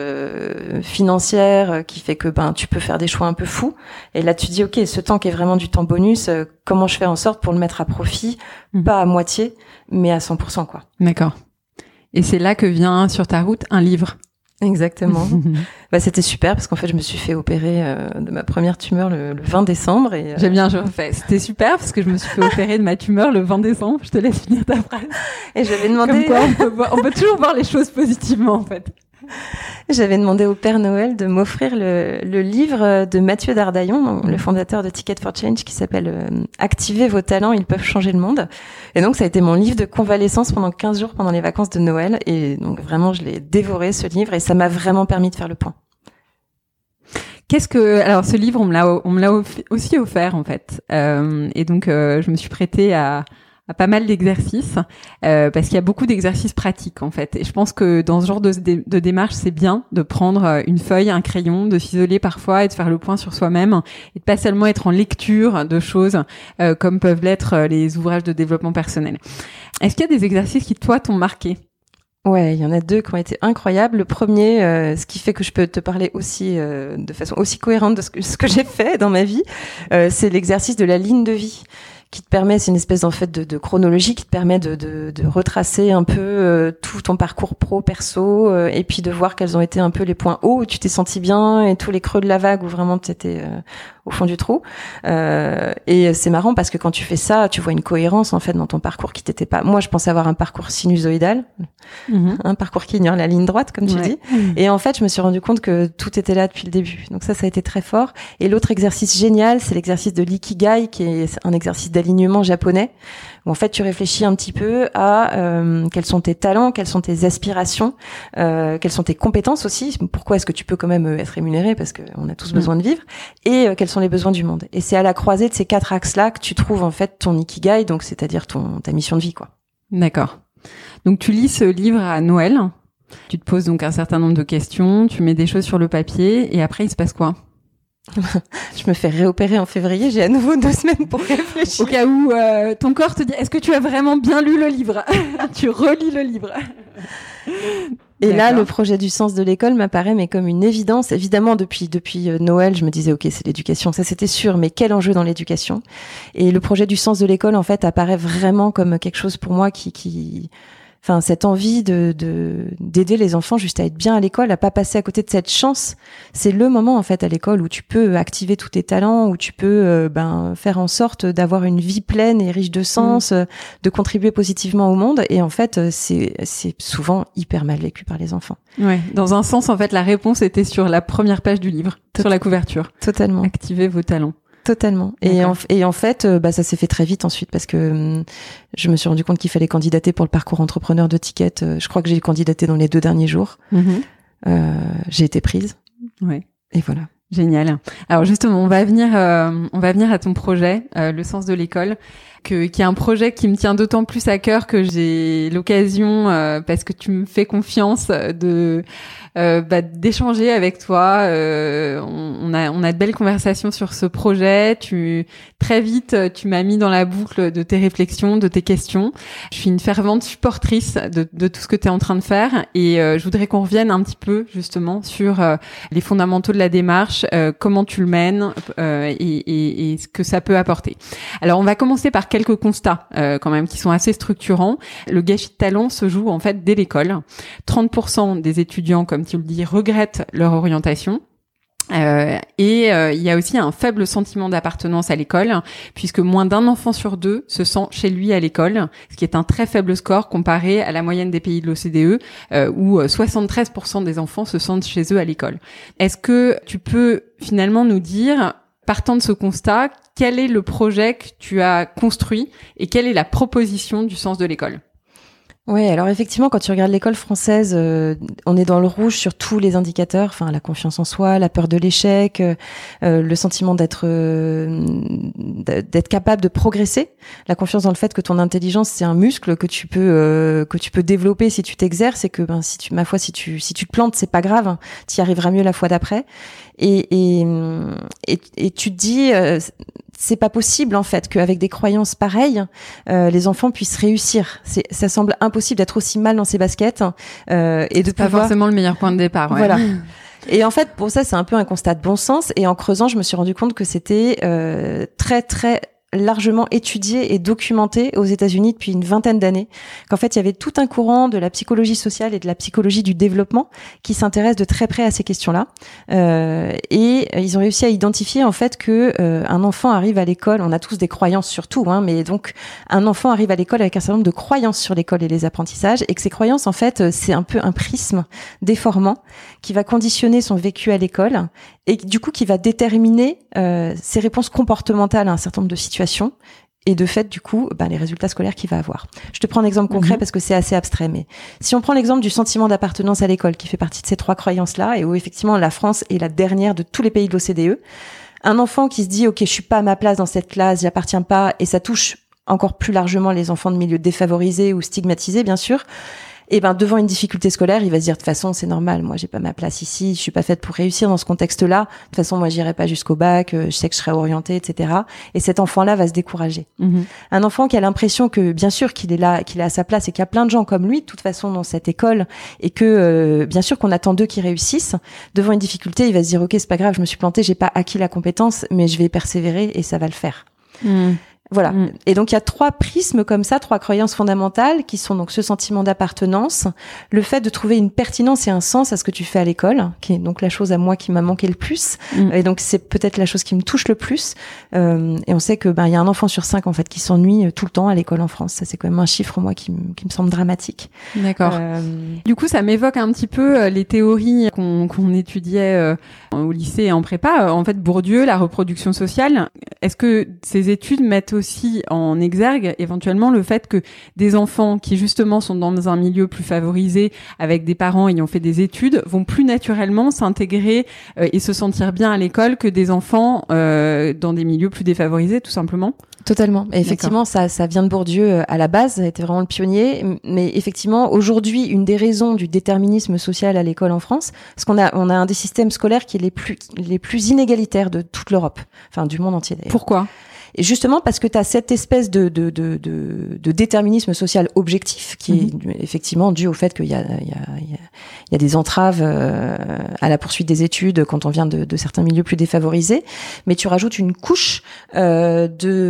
euh, financière euh, qui fait que ben tu peux faire des choix un peu fous. Et là, tu dis ok, ce temps qui est vraiment du temps bonus, euh, comment je fais en sorte pour le mettre à profit, mmh. pas à moitié, mais à cent pour cent quoi. D'accord. Et c'est là que vient sur ta route un livre. Exactement. Bah c'était super parce qu'en fait je me suis fait opérer euh, de ma première tumeur le, le vingt décembre et euh... j'aime bien, je refais. C'était super parce que je me suis fait opérer de ma tumeur le vingt décembre. Je te laisse finir ta phrase. Et j'avais demandé. Comme quoi, on peut, voir, on peut toujours voir les choses positivement en fait. J'avais demandé au Père Noël de m'offrir le, le livre de Mathieu Dardaillon, donc le fondateur de Ticket for Change, qui s'appelle euh, Activez vos talents, ils peuvent changer le monde. Et donc ça a été mon livre de convalescence pendant quinze jours pendant les vacances de Noël. Et donc vraiment, je l'ai dévoré ce livre et ça m'a vraiment permis de faire le point. Qu'est-ce que alors ce livre on me l'a on me l'a aussi offert en fait euh, et donc euh, je me suis prêtée à à pas mal d'exercices, euh, parce qu'il y a beaucoup d'exercices pratiques en fait. Et je pense que dans ce genre de, de démarche, c'est bien de prendre une feuille, un crayon, de s'isoler parfois et de faire le point sur soi-même, et de pas seulement être en lecture de choses euh, comme peuvent l'être les ouvrages de développement personnel. Est-ce qu'il y a des exercices qui toi t'ont marqué ? Ouais, il y en a deux qui ont été incroyables. Le premier, euh, ce qui fait que je peux te parler aussi euh, de façon aussi cohérente de ce que, ce que j'ai fait dans ma vie, euh, c'est l'exercice de la ligne de vie, qui te permet, c'est une espèce en fait de, de chronologie qui te permet de, de, de retracer un peu euh, tout ton parcours pro, perso, euh, et puis de voir quels ont été un peu les points hauts où tu t'es senti bien et tous les creux de la vague où vraiment tu étais euh, au fond du trou. Euh, et c'est marrant parce que quand tu fais ça, tu vois une cohérence en fait dans ton parcours qui t'était pas. Moi, je pensais avoir un parcours sinusoïdal, mmh. un parcours qui ignore la ligne droite, comme tu ouais. dis. Et en fait, je me suis rendu compte que tout était là depuis le début. Donc ça, ça a été très fort. Et l'autre exercice génial, c'est l'exercice de l'ikigai, qui est un exercice d'alignement japonais, où en fait tu réfléchis un petit peu à euh, quels sont tes talents, quelles sont tes aspirations, euh, quelles sont tes compétences aussi, pourquoi est-ce que tu peux quand même être rémunéré, parce qu'on a tous mmh. besoin de vivre, et euh, quels sont les besoins du monde. Et c'est à la croisée de ces quatre axes-là que tu trouves en fait ton ikigai, donc c'est-à-dire ton ta mission de vie, quoi. D'accord. Donc tu lis ce livre à Noël, tu te poses donc un certain nombre de questions, tu mets des choses sur le papier, et après il se passe quoi ? Je me fais réopérer en février, j'ai à nouveau deux semaines pour réfléchir. Au cas où euh, ton corps te dit, est-ce que tu as vraiment bien lu le livre ? Tu relis le livre. Et D'accord. là, le projet du sens de l'école m'apparaît mais comme une évidence. Évidemment, depuis depuis Noël, je me disais, ok, c'est l'éducation, ça c'était sûr, mais quel enjeu dans l'éducation ? Et le projet du sens de l'école, en fait, apparaît vraiment comme quelque chose pour moi qui... qui Enfin, cette envie de, de d'aider les enfants juste à être bien à l'école, à pas passer à côté de cette chance. C'est le moment en fait à l'école où tu peux activer tous tes talents, où tu peux euh, ben faire en sorte d'avoir une vie pleine et riche de sens, mmh. de contribuer positivement au monde. Et en fait, c'est c'est souvent hyper mal vécu par les enfants. Ouais. Dans un sens, en fait, la réponse était sur la première page du livre, Tot- sur la couverture. Totalement. Activez vos talents. Totalement. Et en, et en fait, bah, ça s'est fait très vite ensuite parce que hum, je me suis rendu compte qu'il fallait candidater pour le parcours entrepreneur de Ticket. Je crois que j'ai candidaté dans les deux derniers jours. Mm-hmm. Euh, j'ai été prise. Ouais. Et voilà. Génial. Alors justement, on va venir, euh, on va venir à ton projet, euh, le sens de l'école, que, qui est un projet qui me tient d'autant plus à cœur que j'ai l'occasion, euh, parce que tu me fais confiance, de euh, bah, d'échanger avec toi. Euh, on, on a, on a de belles conversations sur ce projet. Tu très vite, tu m'as mis dans la boucle de tes réflexions, de tes questions. Je suis une fervente supportrice de, de tout ce que tu es en train de faire, et euh, je voudrais qu'on revienne un petit peu justement sur euh, les fondamentaux de la démarche. Euh, comment tu le mènes euh, et, et, et ce que ça peut apporter. Alors, on va commencer par quelques constats euh, quand même qui sont assez structurants. Le gâchis de talent se joue en fait dès l'école. trente pour cent des étudiants, comme tu le dis, regrettent leur orientation. Euh, et euh, il y a aussi un faible sentiment d'appartenance à l'école, puisque moins d'un enfant sur deux se sent chez lui à l'école, ce qui est un très faible score comparé à la moyenne des pays de l'O C D E, euh, où soixante-treize pour cent des enfants se sentent chez eux à l'école. Est-ce que tu peux finalement nous dire, partant de ce constat, quel est le projet que tu as construit et quelle est la proposition du sens de l'école ? Ouais, alors effectivement, quand tu regardes l'école française, euh, on est dans le rouge sur tous les indicateurs, enfin la confiance en soi, la peur de l'échec, euh, le sentiment d'être euh, d'être capable de progresser, la confiance dans le fait que ton intelligence c'est un muscle que tu peux euh, que tu peux développer si tu t'exerces, et que ben si tu ma foi si tu si tu te plantes, c'est pas grave, hein, tu y arriveras mieux la fois d'après. Et et et, et tu te dis euh, c'est pas possible en fait qu'avec des croyances pareilles, euh, les enfants puissent réussir. C'est, ça semble impossible d'être aussi mal dans ses baskets euh, et de c'est pas pouvoir... forcément le meilleur point de départ. Ouais. Voilà. Et en fait, pour ça, c'est un peu un constat de bon sens. Et en creusant, je me suis rendu compte que c'était euh, très très largement étudié et documenté aux États-Unis depuis une vingtaine d'années, qu'en fait il y avait tout un courant de la psychologie sociale et de la psychologie du développement qui s'intéresse de très près à ces questions-là, euh, et ils ont réussi à identifier en fait que euh, un enfant arrive à l'école, on a tous des croyances sur tout, hein, mais donc un enfant arrive à l'école avec un certain nombre de croyances sur l'école et les apprentissages, et que ces croyances en fait c'est un peu un prisme déformant qui va conditionner son vécu à l'école et du coup qui va déterminer euh, ses réponses comportementales à un certain nombre de situations, et de fait du coup ben, les résultats scolaires qu'il va avoir. Je te prends un exemple concret mmh. parce que c'est assez abstrait, mais si on prend l'exemple du sentiment d'appartenance à l'école qui fait partie de ces trois croyances-là, et où effectivement la France est la dernière de tous les pays de l'O C D E, un enfant qui se dit ok je suis pas à ma place dans cette classe, j'y appartiens pas, et ça touche encore plus largement les enfants de milieux défavorisés ou stigmatisés, bien sûr. Et ben devant une difficulté scolaire, il va se dire de toute façon c'est normal, moi j'ai pas ma place ici, je suis pas faite pour réussir dans ce contexte-là. De toute façon moi j'irai pas jusqu'au bac, je sais que je serai orientée, et cetera. Et cet enfant-là va se décourager. Mmh. Un enfant qui a l'impression que bien sûr qu'il est là, qu'il est à sa place et qu'il y a plein de gens comme lui de toute façon dans cette école et que euh, bien sûr qu'on attend d'eux qu'ils réussissent. Devant une difficulté, il va se dire ok c'est pas grave, je me suis planté, j'ai pas acquis la compétence, mais je vais persévérer et ça va le faire. Mmh. Voilà. Mmh. Et donc, il y a trois prismes comme ça, trois croyances fondamentales qui sont donc ce sentiment d'appartenance, le fait de trouver une pertinence et un sens à ce que tu fais à l'école, qui est donc la chose à moi qui m'a manqué le plus. Mmh. Et donc, c'est peut-être la chose qui me touche le plus. Euh, et on sait que, ben, il y a un enfant sur cinq, en fait, qui s'ennuie tout le temps à l'école en France. Ça, c'est quand même un chiffre, moi, qui, m- qui me semble dramatique. D'accord. Euh... Du coup, ça m'évoque un petit peu les théories qu'on, qu'on étudiait euh, au lycée et en prépa. En fait, Bourdieu, la reproduction sociale. Est-ce que ces études mettent aussi en exergue éventuellement le fait que des enfants qui justement sont dans un milieu plus favorisé avec des parents ayant fait des études vont plus naturellement s'intégrer euh, et se sentir bien à l'école que des enfants euh, dans des milieux plus défavorisés tout simplement? Totalement. Et effectivement, ça, ça vient de Bourdieu à la base, ça a été vraiment le pionnier. Mais effectivement, aujourd'hui, une des raisons du déterminisme social à l'école en France, parce qu'on a, on a un des systèmes scolaires qui est les plus, les plus inégalitaires de toute l'Europe, enfin du monde entier d'ailleurs. Pourquoi ? Et justement parce que tu as cette espèce de, de, de, de, de déterminisme social objectif qui mmh. est effectivement dû au fait qu'il y a, il y a, il y a, il y a des entraves euh, à la poursuite des études quand on vient de, de certains milieux plus défavorisés. Mais tu rajoutes une couche euh,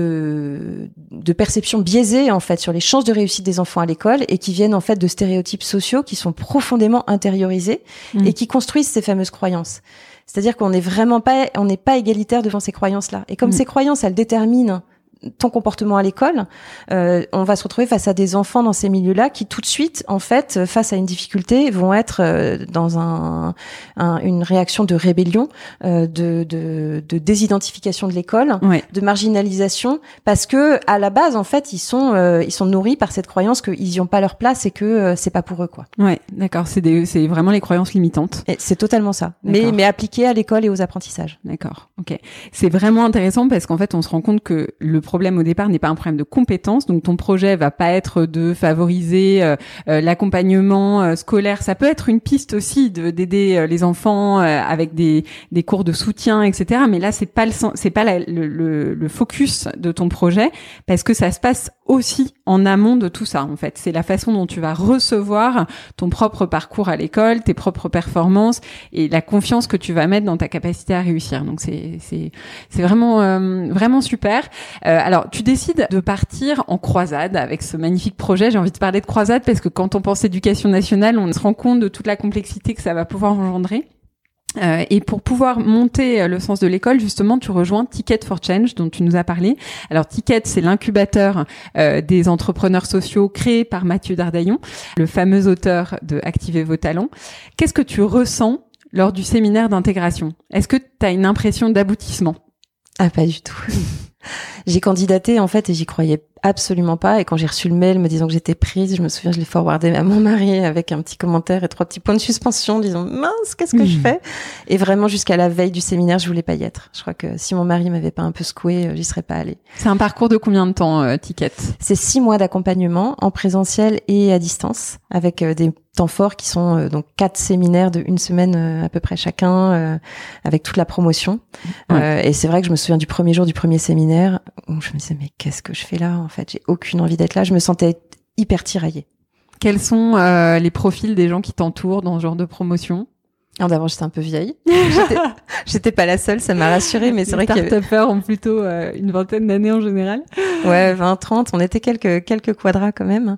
de, de perception biaisée en fait sur les chances de réussite des enfants à l'école et qui viennent en fait de stéréotypes sociaux qui sont profondément intériorisés mmh. et qui construisent ces fameuses croyances. C'est-à-dire qu'on n'est vraiment pas, on n'est pas égalitaire devant ces croyances-là. Et comme mmh. ces croyances, elles déterminent ton comportement à l'école, euh, on va se retrouver face à des enfants dans ces milieux-là qui tout de suite, en fait, face à une difficulté, vont être euh, dans un, un, une réaction de rébellion, euh, de, de, de désidentification de l'école, ouais. de marginalisation, parce que à la base, en fait, ils sont, euh, ils sont nourris par cette croyance qu'ils n'y ont pas leur place et que euh, c'est pas pour eux, quoi. Ouais, d'accord. C'est des, c'est vraiment les croyances limitantes. Et c'est totalement ça, mais mais appliqué à l'école et aux apprentissages. D'accord. Ok. C'est vraiment intéressant parce qu'en fait, on se rend compte que le problème au départ n'est pas un problème de compétence, donc ton projet va pas être de favoriser euh, euh, l'accompagnement euh, scolaire. Ça peut être une piste aussi de d'aider euh, les enfants euh, avec des des cours de soutien, et cetera. Mais là, c'est pas le c'est pas la, le, le le focus de ton projet parce que ça se passe aussi en amont de tout ça. En fait, c'est la façon dont tu vas recevoir ton propre parcours à l'école, tes propres performances et la confiance que tu vas mettre dans ta capacité à réussir. Donc c'est c'est c'est vraiment euh, vraiment super. Euh, alors tu décides de partir en croisade avec ce magnifique projet. J'ai envie de parler de croisade parce que quand on pense éducation nationale, on se rend compte de toute la complexité que ça va pouvoir engendrer. Euh, et pour pouvoir monter le sens de l'école, justement, tu rejoins Ticket for Change, dont tu nous as parlé. Alors, Ticket, c'est l'incubateur euh, des entrepreneurs sociaux créé par Mathieu Dardaillon, le fameux auteur de Activez vos talents. Qu'est-ce que tu ressens lors du séminaire d'intégration ? Est-ce que tu as une impression d'aboutissement ? Ah, pas du tout. J'ai candidaté, en fait, et j'y croyais absolument pas. Et quand j'ai reçu le mail me disant que j'étais prise, je me souviens, je l'ai forwardé à mon mari avec un petit commentaire et trois petits points de suspension, disant mince, qu'est-ce que mmh. je fais ? Et vraiment, jusqu'à la veille du séminaire, je voulais pas y être. Je crois que si mon mari m'avait pas un peu secoué, j'y serais pas allée. C'est un parcours de combien de temps, euh, Ticket ? C'est six mois d'accompagnement en présentiel et à distance, avec euh, des temps forts qui sont euh, donc quatre séminaires de une semaine euh, à peu près chacun, euh, avec toute la promotion. Ouais. Euh, et c'est vrai que je me souviens du premier jour du premier séminaire où je me disais mais qu'est-ce que je fais là ? En fait, j'ai aucune envie d'être là. Je me sentais hyper tiraillée. Quels sont euh, les profils des gens qui t'entourent dans ce genre de promotion ? Alors d'abord, j'étais un peu vieille. J'étais, j'étais pas la seule, ça m'a rassurée, mais c'est les vrai que les start-upers ont plutôt euh, une vingtaine d'années en général. Ouais, vingt, trente, on était quelques quelques quadras quand même.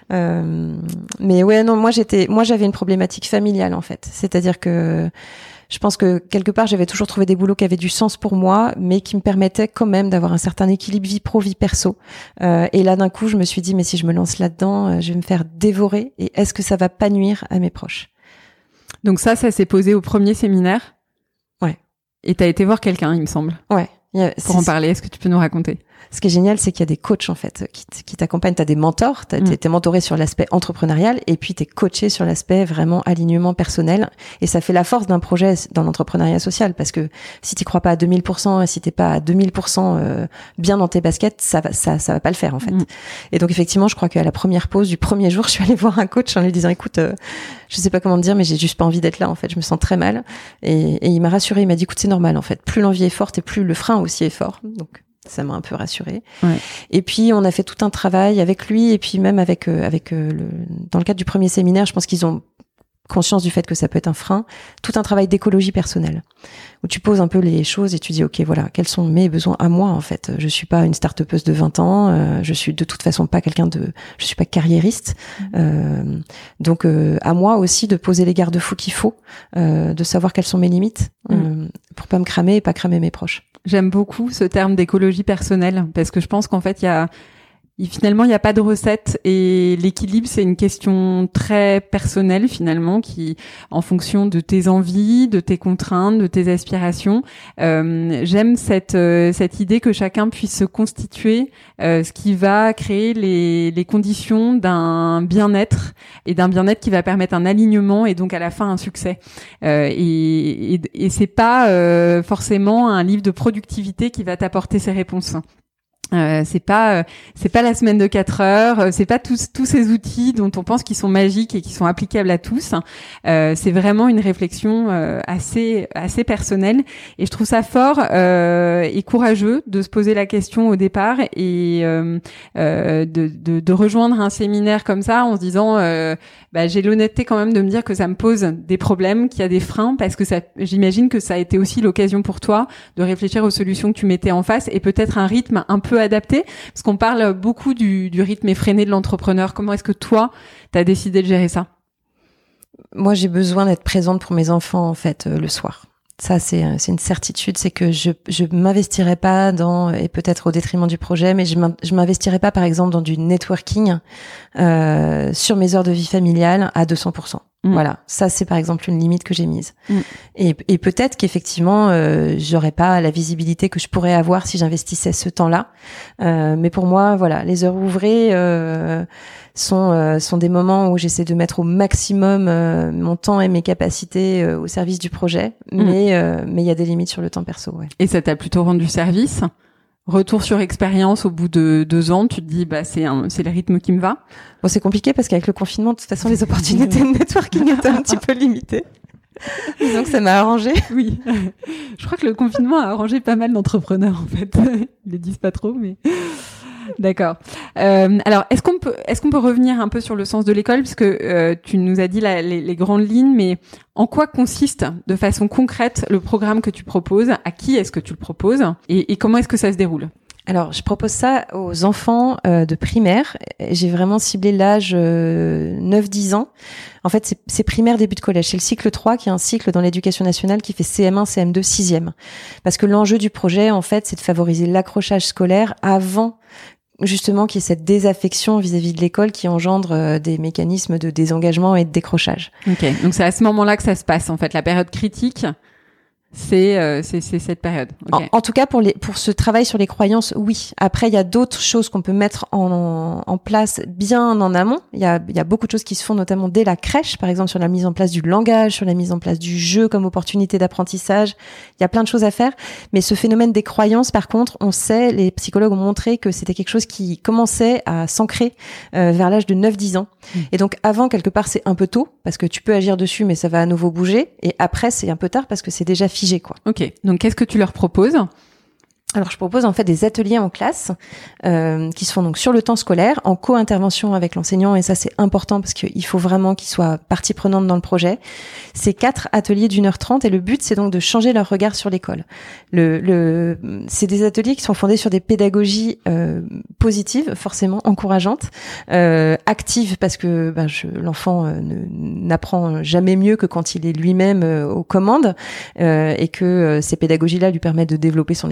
Euh, mais ouais, non, moi j'étais, moi j'avais une problématique familiale en fait. C'est-à-dire que je pense que quelque part j'avais toujours trouvé des boulots qui avaient du sens pour moi, mais qui me permettaient quand même d'avoir un certain équilibre vie pro vie perso. Euh, et là d'un coup, je me suis dit mais si je me lance là-dedans, je vais me faire dévorer. Et est-ce que ça va pas nuire à mes proches ? Donc ça, ça s'est posé au premier séminaire. Ouais. Et t'as été voir quelqu'un, il me semble. Ouais. Yeah, pour en parler, est-ce que tu peux nous raconter ? Ce qui est génial, c'est qu'il y a des coachs en fait qui, t- qui t'accompagnent. T'as des mentors, t'as, mmh. t'es mentoré sur l'aspect entrepreneurial et puis t'es coaché sur l'aspect vraiment alignement personnel. Et ça fait la force d'un projet dans l'entrepreneuriat social, parce que si t'y crois pas à deux mille pour cent et si t'es pas à deux mille pour cent euh, bien dans tes baskets, ça va, ça, ça va pas le faire en fait. Mmh. Et donc effectivement, je crois qu'à la première pause du premier jour, je suis allée voir un coach en lui disant, écoute, euh, je sais pas comment te dire, mais j'ai juste pas envie d'être là en fait. Je me sens très mal. Et, et il m'a rassurée. Il m'a dit, écoute, c'est normal en fait. Plus l'envie est forte et plus le frein aussi est fort. Donc ça m'a un peu rassurée. Ouais. Et puis on a fait tout un travail avec lui et puis même avec euh, avec euh, le dans le cadre du premier séminaire, je pense qu'ils ont conscience du fait que ça peut être un frein, tout un travail d'écologie personnelle où tu poses un peu les choses et tu dis OK, voilà, quels sont mes besoins à moi en fait. Je suis pas une start-upeuse de vingt ans, euh, je suis de toute façon pas quelqu'un de je suis pas carriériste. Mmh. Euh, donc euh, à moi aussi de poser les garde-fous qu'il faut, euh, de savoir quelles sont mes limites mmh. euh, pour pas me cramer et pas cramer mes proches. J'aime beaucoup ce terme d'écologie personnelle parce que je pense qu'en fait, il y a, il, finalement, il n'y a pas de recette et l'équilibre, c'est une question très personnelle finalement qui, en fonction de tes envies, de tes contraintes, de tes aspirations, euh, j'aime cette euh, cette idée que chacun puisse se constituer euh, ce qui va créer les les conditions d'un bien-être et d'un bien-être qui va permettre un alignement et donc à la fin un succès. Euh, et, et et c'est pas euh, forcément un livre de productivité qui va t'apporter ces réponses. Euh, c'est pas euh, c'est pas la semaine de quatre heures, euh, c'est pas tous tous ces outils dont on pense qu'ils sont magiques et qui sont applicables à tous. Euh, c'est vraiment une réflexion euh, assez assez personnelle et je trouve ça fort euh, et courageux de se poser la question au départ et euh, euh, de, de de rejoindre un séminaire comme ça en se disant euh, bah j'ai l'honnêteté quand même de me dire que ça me pose des problèmes, qu'il y a des freins parce que ça j'imagine que ça a été aussi l'occasion pour toi de réfléchir aux solutions que tu mettais en face et peut-être un rythme un peu adapté, parce qu'on parle beaucoup du, du rythme effréné de l'entrepreneur. Comment est-ce que toi, t'as décidé de gérer ça ? Moi, j'ai besoin d'être présente pour mes enfants, en fait, euh, le soir. Ça, c'est, c'est une certitude, c'est que je je m'investirai pas dans, et peut-être au détriment du projet, mais je je m'investirai pas, par exemple, dans du networking euh, sur mes heures de vie familiale à deux cents pour cent. Mmh. Voilà, ça c'est par exemple une limite que j'ai mise. Mmh. Et, et peut-être qu'effectivement, euh, j'aurais pas la visibilité que je pourrais avoir si j'investissais ce temps-là. Euh, mais pour moi, voilà, les heures ouvrées euh, sont euh, sont des moments où j'essaie de mettre au maximum euh, mon temps et mes capacités euh, au service du projet. Mmh. Mais euh, mais il y a des limites sur le temps perso. Ouais. Et ça t'a plutôt rendu service ? Retour sur expérience au bout de deux ans, tu te dis bah c'est un, c'est le rythme qui me va. Bon, c'est compliqué parce qu'avec le confinement, de toute façon, les opportunités de networking étaient un petit peu limitées. Donc ça m'a arrangé. Oui, je crois que le confinement a arrangé pas mal d'entrepreneurs en fait. Ils le disent pas trop, mais d'accord. Euh, alors, est-ce qu'on peut, est-ce qu'on peut revenir un peu sur le sens de l'école, parce que euh, tu nous as dit la, les, les grandes lignes, mais en quoi consiste de façon concrète le programme que tu proposes ? À qui est-ce que tu le proposes ? Et, et comment est-ce que ça se déroule ? Alors, je propose ça aux enfants euh, de primaire. J'ai vraiment ciblé l'âge euh, neuf dix ans. En fait, c'est, c'est primaire, début de collège. C'est le cycle trois qui est un cycle dans l'éducation nationale qui fait C M un, C M deux, sixième. Parce que l'enjeu du projet, en fait, c'est de favoriser l'accrochage scolaire avant justement qu'il y ait cette désaffection vis-à-vis de l'école qui engendre euh, des mécanismes de désengagement et de décrochage. Ok, donc c'est à ce moment-là que ça se passe, en fait, la période critique. C'est, euh, c'est c'est cette période. Okay. En, en tout cas pour les pour ce travail sur les croyances, oui. Après il y a d'autres choses qu'on peut mettre en, en place bien en amont. Il y a il y a beaucoup de choses qui se font notamment dès la crèche, par exemple sur la mise en place du langage, sur la mise en place du jeu comme opportunité d'apprentissage. Il y a plein de choses à faire, mais ce phénomène des croyances, par contre, on sait, les psychologues ont montré que c'était quelque chose qui commençait à s'ancrer euh, vers l'âge de neuf dix ans. Mmh. Et donc avant quelque part c'est un peu tôt parce que tu peux agir dessus mais ça va à nouveau bouger, et après c'est un peu tard parce que c'est déjà figé. Quoi. Ok, donc qu'est-ce que tu leur proposes ? Alors, je propose en fait des ateliers en classe euh, qui se font donc sur le temps scolaire, en co-intervention avec l'enseignant, et ça c'est important parce qu'il faut vraiment qu'il soit partie prenante dans le projet. C'est quatre ateliers d'une heure trente et le but c'est donc de changer leur regard sur l'école. Le, le, c'est des ateliers qui sont fondés sur des pédagogies euh, positives, forcément encourageantes, euh, actives parce que ben, je, l'enfant euh, ne, n'apprend jamais mieux que quand il est lui-même euh, aux commandes euh, et que euh, ces pédagogies-là lui permettent de développer son esprit critique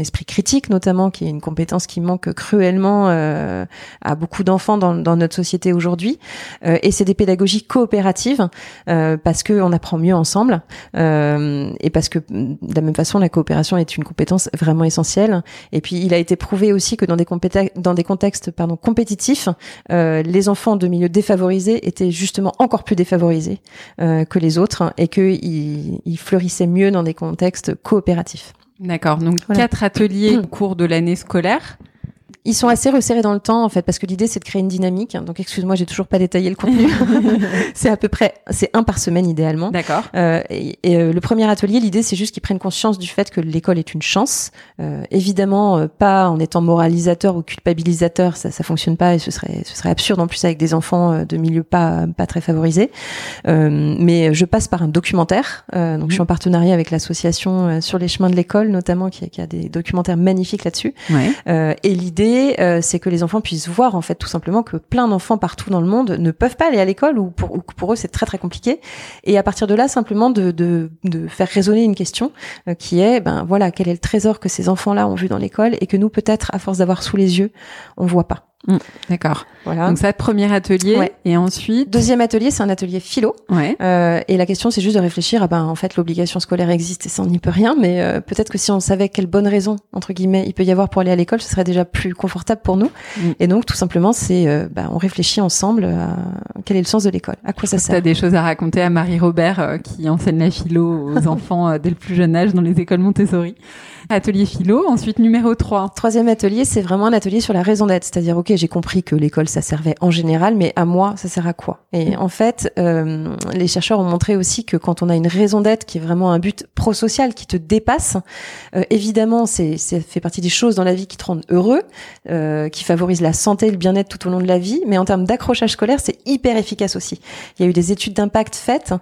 politique notamment, qui est une compétence qui manque cruellement euh, à beaucoup d'enfants dans, dans notre société aujourd'hui. Euh, et c'est des pédagogies coopératives euh, parce que on apprend mieux ensemble euh, et parce que de la même façon la coopération est une compétence vraiment essentielle. Et puis il a été prouvé aussi que dans des compéta- dans des contextes pardon compétitifs, euh, les enfants de milieux défavorisés étaient justement encore plus défavorisés euh, que les autres et qu'ils ils fleurissaient mieux dans des contextes coopératifs. D'accord. Donc Voilà. quatre ateliers au cours de l'année scolaire. Ils sont assez resserrés dans le temps, en fait, parce que l'idée, c'est de créer une dynamique. Donc, excuse-moi, j'ai toujours pas détaillé le contenu. C'est à peu près, c'est un par semaine, idéalement. D'accord. Euh, et et euh, le premier atelier, l'idée, c'est juste qu'ils prennent conscience du fait que l'école est une chance. Euh, évidemment, euh, pas en étant moralisateur ou culpabilisateur, ça, ça fonctionne pas et ce serait, ce serait absurde en plus avec des enfants euh, de milieux pas, pas très favorisés. Euh, mais je passe par un documentaire. Euh, donc, mmh. je suis en partenariat avec l'association euh, Sur les chemins de l'école, notamment, qui, qui a des documentaires magnifiques là-dessus. Ouais. Euh, et l'idée, Euh, c'est que les enfants puissent voir en fait tout simplement que plein d'enfants partout dans le monde ne peuvent pas aller à l'école ou pour, ou pour eux c'est très très compliqué, et à partir de là simplement de, de, de faire résonner une question euh, qui est ben voilà, quel est le trésor que ces enfants-là ont vu dans l'école et que nous peut-être à force d'avoir sous les yeux on voit pas. Mmh, d'accord. Voilà. Donc ça, premier atelier, ouais. Et ensuite deuxième atelier, c'est un atelier philo. Ouais. Euh, et la question, c'est juste de réfléchir. Ah ben en fait, l'obligation scolaire existe et ça on n'y peut rien. Mais euh, peut-être que si on savait quelle bonne raison entre guillemets il peut y avoir pour aller à l'école, ce serait déjà plus confortable pour nous. Mmh. Et donc tout simplement, c'est euh, ben, on réfléchit ensemble à quel est le sens de l'école, à quoi ça sert. T'as des choses à raconter à Marie Robert euh, qui enseigne la philo aux enfants euh, dès le plus jeune âge dans les écoles Montessori. Atelier philo, ensuite numéro trois. Troisième atelier, c'est vraiment un atelier sur la raison d'être. C'est-à-dire, ok, j'ai compris que l'école, ça servait en général, mais à moi, ça sert à quoi? Et en fait, euh, les chercheurs ont montré aussi que quand on a une raison d'être qui est vraiment un but prosocial, qui te dépasse, euh, évidemment, c'est, c'est fait partie des choses dans la vie qui te rendent heureux, euh, qui favorisent la santé et le bien-être tout au long de la vie, mais en termes d'accrochage scolaire, c'est hyper efficace aussi. Il y a eu des études d'impact faites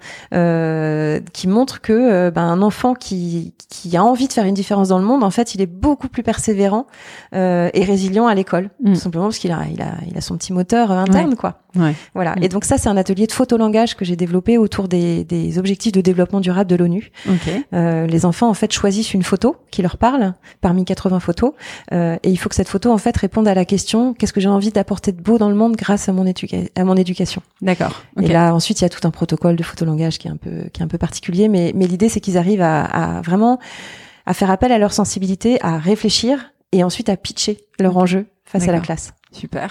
euh, qui montrent que euh, ben, un enfant qui, qui a envie de faire une différence dans le monde, en fait, il est beaucoup plus persévérant euh, et résilient à l'école, mmh. tout simplement parce qu'il a, il a, il a son petit moteur euh, interne, ouais. quoi. Ouais. Voilà. Mmh. Et donc ça, c'est un atelier de photolangage que j'ai développé autour des, des objectifs de développement durable de l'ONU. Okay. Euh, les enfants, en fait, choisissent une photo qui leur parle parmi quatre-vingts photos, euh, et il faut que cette photo, en fait, réponde à la question qu'est-ce que j'ai envie d'apporter de beau dans le monde grâce à mon, éduca- à mon éducation. D'accord. Okay. Et là, ensuite, il y a tout un protocole de photolangage qui est un peu, qui est un peu particulier, mais, mais l'idée, c'est qu'ils arrivent à, à vraiment à faire appel à leur sensibilité, à réfléchir et ensuite à pitcher leur enjeu face D'accord. à la classe. Super.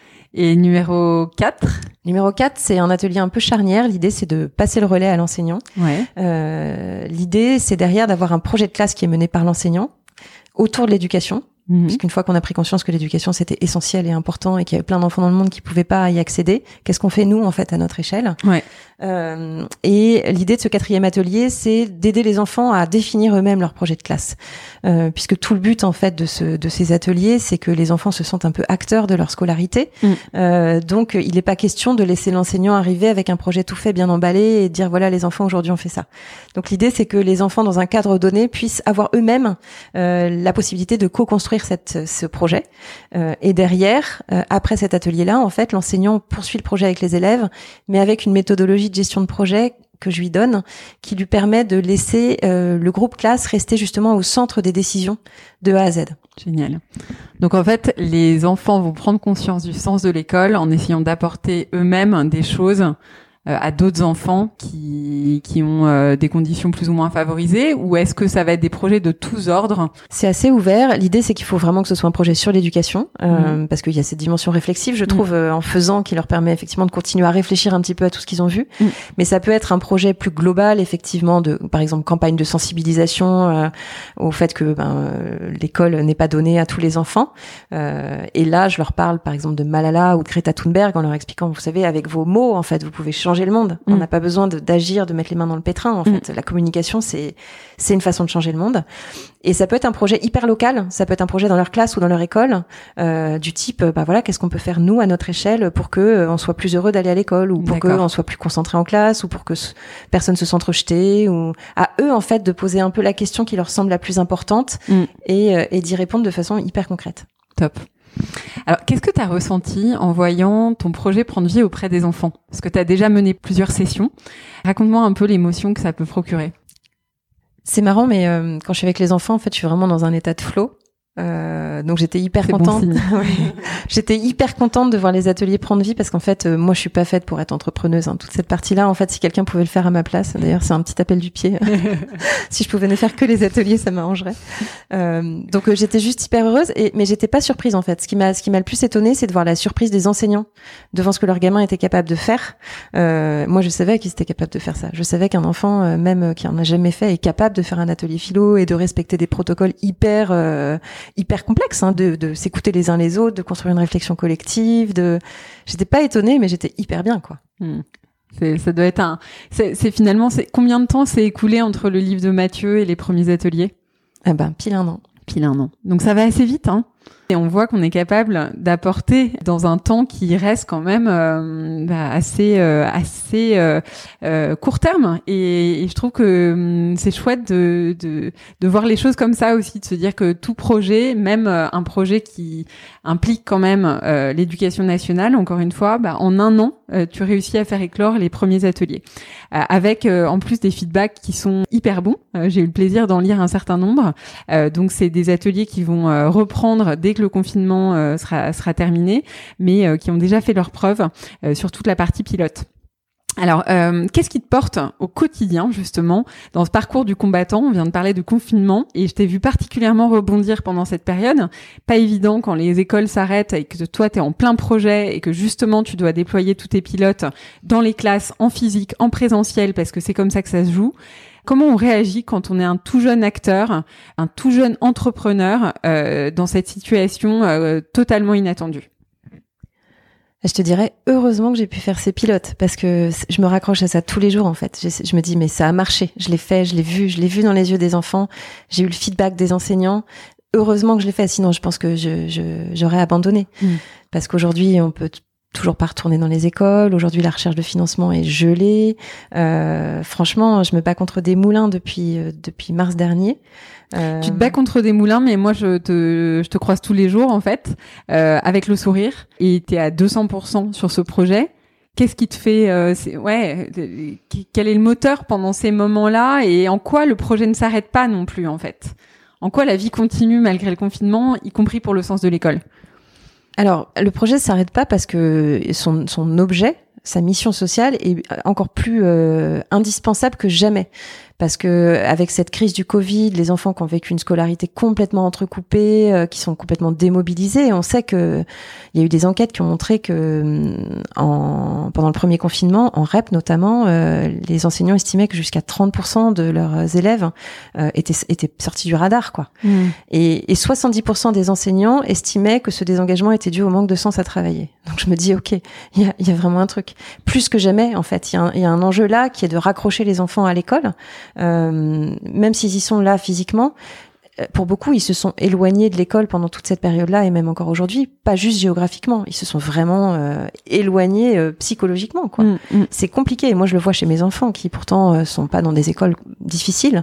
Et numéro quatre? Numéro quatre, c'est un atelier un peu charnière. L'idée, c'est de passer le relais à l'enseignant. Ouais. Euh, l'idée, c'est derrière d'avoir un projet de classe qui est mené par l'enseignant autour de l'éducation. Mmh. Puisqu'une fois qu'on a pris conscience que l'éducation c'était essentiel et important et qu'il y avait plein d'enfants dans le monde qui pouvaient pas y accéder, qu'est-ce qu'on fait nous en fait à notre échelle? Ouais. Euh, et l'idée de ce quatrième atelier, c'est d'aider les enfants à définir eux-mêmes leur projet de classe, euh, puisque tout le but en fait de ce de ces ateliers, c'est que les enfants se sentent un peu acteurs de leur scolarité. Mmh. Euh, donc il n'est pas question de laisser l'enseignant arriver avec un projet tout fait, bien emballé et dire voilà les enfants aujourd'hui on fait ça. Donc l'idée c'est que les enfants dans un cadre donné puissent avoir eux-mêmes euh, la possibilité de co-construire Cette, ce projet euh, et derrière euh, après cet atelier-là en fait l'enseignant poursuit le projet avec les élèves mais avec une méthodologie de gestion de projet que je lui donne qui lui permet de laisser euh, le groupe classe rester justement au centre des décisions de A à Z. Génial. Donc en fait les enfants vont prendre conscience du sens de l'école en essayant d'apporter eux-mêmes des choses à d'autres enfants qui qui ont euh, des conditions plus ou moins favorisées, ou est-ce que ça va être des projets de tous ordres? C'est assez ouvert. L'idée, c'est qu'il faut vraiment que ce soit un projet sur l'éducation, euh, mmh. parce qu'il y a cette dimension réflexive, je trouve, mmh. euh, en faisant, qui leur permet effectivement de continuer à réfléchir un petit peu à tout ce qu'ils ont vu. Mmh. Mais ça peut être un projet plus global, effectivement, de, par exemple, campagne de sensibilisation euh, au fait que ben, euh, l'école n'est pas donnée à tous les enfants. Euh, et là, je leur parle, par exemple, de Malala ou de Greta Thunberg, en leur expliquant, vous savez, avec vos mots, en fait, vous pouvez changer le monde. Mmh. On n'a pas besoin de, d'agir, de mettre les mains dans le pétrin. En mmh. fait, la communication, c'est c'est une façon de changer le monde. Et ça peut être un projet hyper local. Ça peut être un projet dans leur classe ou dans leur école, euh, du type, bah voilà, qu'est-ce qu'on peut faire nous à notre échelle pour que euh, on soit plus heureux d'aller à l'école, ou pour que on soit plus concentré en classe, ou pour que s- personne se sente rejeté, ou à eux en fait de poser un peu la question qui leur semble la plus importante mmh. et, euh, et d'y répondre de façon hyper concrète. Top. Alors, qu'est-ce que tu as ressenti en voyant ton projet prendre vie auprès des enfants? Parce que tu as déjà mené plusieurs sessions. Raconte-moi un peu l'émotion que ça peut procurer. C'est marrant, mais euh, quand je suis avec les enfants, en fait, je suis vraiment dans un état de flow. Euh, donc j'étais hyper C'est contente. Bon j'étais hyper contente de voir les ateliers prendre vie parce qu'en fait, euh, moi, je suis pas faite pour être entrepreneuse. Hein. Toute cette partie-là, en fait, si quelqu'un pouvait le faire à ma place, d'ailleurs, c'est un petit appel du pied. Si je pouvais ne faire que les ateliers, ça m'arrangerait. Euh, donc euh, j'étais juste hyper heureuse, et mais j'étais pas surprise en fait. Ce qui m'a, ce qui m'a le plus étonnée, c'est de voir la surprise des enseignants devant ce que leur gamin était capable de faire. Euh, moi, je savais qu'ils étaient capables de faire ça. Je savais qu'un enfant, euh, même euh, qui en a jamais fait, est capable de faire un atelier philo et de respecter des protocoles hyper euh, hyper complexe, hein, de, de s'écouter les uns les autres, de construire une réflexion collective. De, j'étais pas étonnée, mais j'étais hyper bien, quoi. Mmh. C'est, ça doit être un. C'est, c'est finalement, c'est combien de temps s'est écoulé entre le livre de Mathieu et les premiers ateliers ? Ah ben, pile un an. Pile un an. Donc ça va assez vite, hein. Et on voit qu'on est capable d'apporter dans un temps qui reste quand même euh, bah, assez euh, assez euh, euh, court terme. Et, et je trouve que hum, c'est chouette de, de de voir les choses comme ça aussi, de se dire que tout projet, même euh, un projet qui implique quand même euh, l'éducation nationale, encore une fois, bah, en un an, euh, tu réussis à faire éclore les premiers ateliers, euh, avec euh, en plus des feedbacks qui sont hyper bons. Euh, j'ai eu le plaisir d'en lire un certain nombre. Euh, donc c'est des ateliers qui vont euh, reprendre dès que le confinement euh, sera, sera terminé, mais euh, qui ont déjà fait leurs preuves euh, sur toute la partie pilote. Alors, euh, qu'est-ce qui te porte au quotidien, justement, dans ce parcours du combattant ? On vient de parler de confinement, et je t'ai vu particulièrement rebondir pendant cette période. Pas évident quand les écoles s'arrêtent et que toi, t'es en plein projet et que, justement, tu dois déployer tous tes pilotes dans les classes, en physique, en présentiel, parce que c'est comme ça que ça se joue. Comment on réagit quand on est un tout jeune acteur, un tout jeune entrepreneur euh, dans cette situation euh, totalement inattendue ? Je te dirais, heureusement que j'ai pu faire ces pilotes, parce que je me raccroche à ça tous les jours, en fait. Je, je me dis, mais ça a marché. Je l'ai fait, je l'ai vu, je l'ai vu dans les yeux des enfants. J'ai eu le feedback des enseignants. Heureusement que je l'ai fait, sinon je pense que je, je, j'aurais abandonné. Mmh. Parce qu'aujourd'hui, on peut t- toujours pas retourner dans les écoles. Aujourd'hui, la recherche de financement est gelée. Euh, franchement, je me bats contre des moulins depuis, euh, depuis mars dernier. Euh... Tu te bats contre des moulins, mais moi je te je te croise tous les jours en fait, euh, avec le sourire, et t'es à deux cents pour cent sur ce projet. Qu'est-ce qui te fait euh, c'est, ouais quel est le moteur pendant ces moments-là, et en quoi le projet ne s'arrête pas non plus en fait? En quoi la vie continue malgré le confinement, y compris pour le sens de l'école? Alors le projet ne s'arrête pas parce que son son objet, sa mission sociale est encore plus euh, indispensable que jamais. Parce que avec cette crise du Covid, les enfants qui ont vécu une scolarité complètement entrecoupée, euh, qui sont complètement démobilisés, on sait que il y a eu des enquêtes qui ont montré que en, pendant le premier confinement, en R E P notamment, euh, les enseignants estimaient que jusqu'à trente pour cent de leurs élèves euh, étaient, étaient sortis du radar, quoi. Mmh. Et, et soixante-dix pour cent des enseignants estimaient que ce désengagement était dû au manque de sens à travailler. Donc je me dis, ok, il y a, y a vraiment un truc. Plus que jamais, en fait, il y, y a un enjeu là qui est de raccrocher les enfants à l'école. Euh, même s'ils y sont là physiquement, pour beaucoup, ils se sont éloignés de l'école pendant toute cette période-là, et même encore aujourd'hui, pas juste géographiquement, ils se sont vraiment euh, éloignés euh, psychologiquement, quoi. Mmh, mmh. C'est compliqué. Moi, je le vois chez mes enfants qui pourtant euh, sont pas dans des écoles difficiles.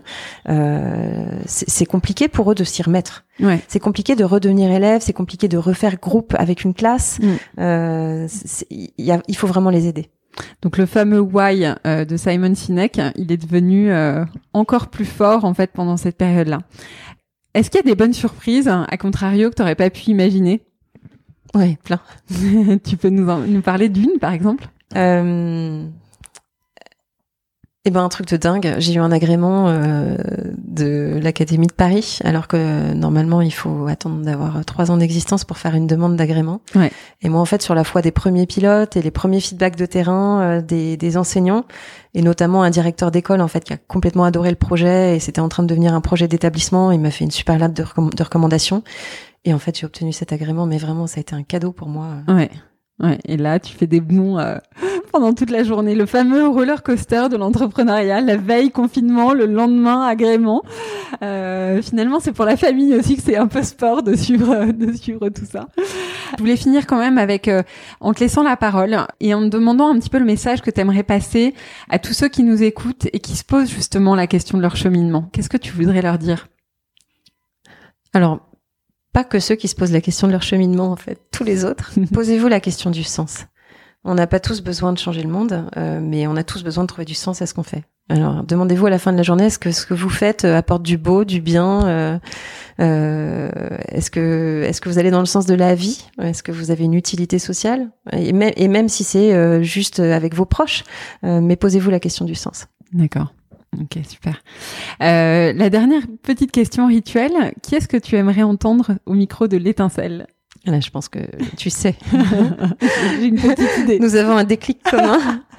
Euh, c'est, c'est compliqué pour eux de s'y remettre. Ouais. C'est compliqué de redevenir élève, c'est compliqué de refaire groupe avec une classe. Mmh. Euh, y a, il faut vraiment les aider. Donc le fameux why euh, de Simon Sinek, il est devenu euh, encore plus fort en fait pendant cette période-là. Est-ce qu'il y a des bonnes surprises, à contrario, que tu n'aurais pas pu imaginer ? Oui, plein. Tu peux nous, en, nous parler d'une, par exemple ? euh... Eh ben un truc de dingue, j'ai eu un agrément euh, de l'Académie de Paris, alors que normalement il faut attendre d'avoir trois ans d'existence pour faire une demande d'agrément. Ouais. Et moi en fait sur la foi des premiers pilotes et les premiers feedbacks de terrain euh, des, des enseignants, et notamment un directeur d'école en fait qui a complètement adoré le projet et c'était en train de devenir un projet d'établissement, il m'a fait une super lettre de, recomm- de recommandation et en fait j'ai obtenu cet agrément, mais vraiment ça a été un cadeau pour moi. Ouais. Ouais, et là, tu fais des bonds euh, pendant toute la journée. Le fameux roller coaster de l'entrepreneuriat, la veille confinement, le lendemain agrément. Euh, finalement, c'est pour la famille aussi que c'est un peu sport de suivre, de suivre tout ça. Je voulais finir quand même avec, euh, en te laissant la parole et en te demandant un petit peu le message que tu aimerais passer à tous ceux qui nous écoutent et qui se posent justement la question de leur cheminement. Qu'est-ce que tu voudrais leur dire ? Alors, pas que ceux qui se posent la question de leur cheminement, en fait, tous les autres. Posez-vous la question du sens. On n'a pas tous besoin de changer le monde, euh, mais on a tous besoin de trouver du sens à ce qu'on fait. Alors, demandez-vous à la fin de la journée, est-ce que ce que vous faites apporte du beau, du bien euh, euh, Est-ce que est-ce que vous allez dans le sens de la vie? Est-ce que vous avez une utilité sociale? Et même, et même si c'est euh, juste avec vos proches, euh, mais posez-vous la question du sens. D'accord. Ok, super. Euh, la dernière petite question rituelle, qui est-ce que tu aimerais entendre au micro de l'étincelle? Là, je pense que tu sais. J'ai une petite idée. Nous avons un déclic commun.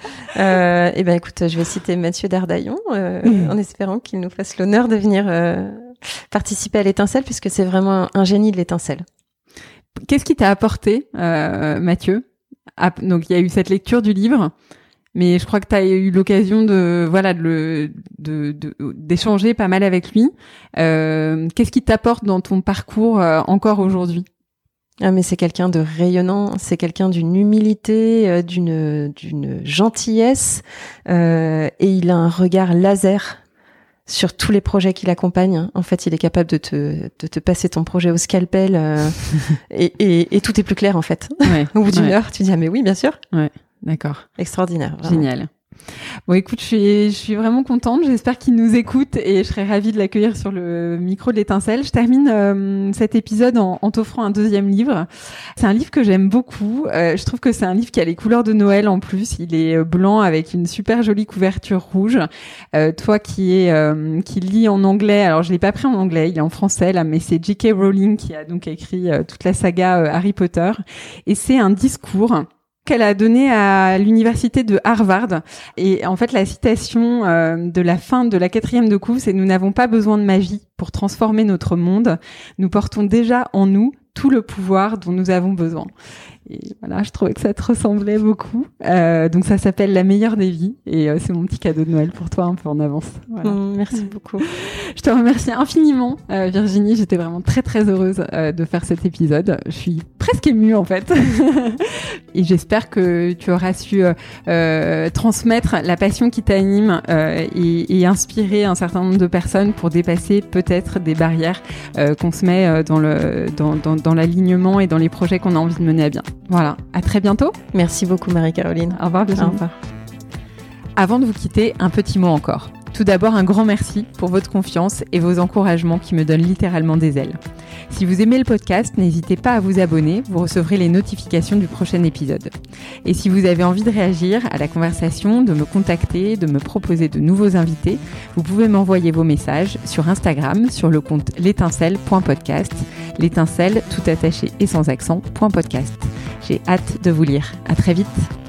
euh, eh ben, écoute, je vais citer Mathieu Dardaillon, euh, mmh. en espérant qu'il nous fasse l'honneur de venir euh, participer à l'étincelle, puisque c'est vraiment un génie de l'étincelle. Qu'est-ce qui t'a apporté, euh, Mathieu? Ah, donc, il y a eu cette lecture du livre, mais je crois que tu as eu l'occasion de, voilà, de, le, de, de, d'échanger pas mal avec lui. Euh, qu'est-ce qui t'apporte dans ton parcours euh, encore aujourd'hui? Ah, mais c'est quelqu'un de rayonnant, c'est quelqu'un d'une humilité, euh, d'une d'une gentillesse, euh, et il a un regard laser sur tous les projets qui l'accompagnent. En fait, il est capable de te de te passer ton projet au scalpel, euh, et, et et tout est plus clair en fait. Ouais, au bout d'une ouais. heure, tu dis ah mais oui, bien sûr. Ouais, d'accord. Extraordinaire. Vraiment. Génial. Bon, écoute, je suis, je suis vraiment contente. J'espère qu'il nous écoute et je serais ravie de l'accueillir sur le micro de l'étincelle. Je termine euh, cet épisode en, en t'offrant un deuxième livre. C'est un livre que j'aime beaucoup. Euh, je trouve que c'est un livre qui a les couleurs de Noël en plus. Il est blanc avec une super jolie couverture rouge. Euh, toi qui est euh, qui lit en anglais, alors je l'ai pas pris en anglais, il est en français là, mais c'est J K Rowling qui a donc écrit euh, toute la saga euh, Harry Potter. Et c'est un discours qu'elle a donné à l'université de Harvard. Et en fait, la citation euh, de la fin de la quatrième de couve, c'est « Nous n'avons pas besoin de magie pour transformer notre monde. Nous portons déjà en nous tout le pouvoir dont nous avons besoin. » Et voilà, je trouvais que ça te ressemblait beaucoup. Euh, donc ça s'appelle La meilleure des vies. Et euh, c'est mon petit cadeau de Noël pour toi, un peu en avance. Voilà. Mmh, merci beaucoup. Je te remercie infiniment, euh, Virginie. J'étais vraiment très très heureuse euh, de faire cet épisode. Je suis presque émue en fait. Et j'espère que tu auras su euh, euh, transmettre la passion qui t'anime euh, et, et inspirer un certain nombre de personnes pour dépasser peut-être des barrières euh, qu'on se met euh, dans, le, dans, dans, dans l'alignement et dans les projets qu'on a envie de mener à bien. Voilà, à très bientôt. Merci beaucoup Marie-Caroline. Au revoir Virginie. Au revoir. Avant de vous quitter, un petit mot encore. Tout d'abord, un grand merci pour votre confiance et vos encouragements qui me donnent littéralement des ailes. Si vous aimez le podcast, n'hésitez pas à vous abonner, vous recevrez les notifications du prochain épisode. Et si vous avez envie de réagir à la conversation, de me contacter, de me proposer de nouveaux invités, vous pouvez m'envoyer vos messages sur Instagram, sur le compte l'étincelle point podcast, l'étincelle tout attaché et sans accent, point podcast. J'ai hâte de vous lire. À très vite.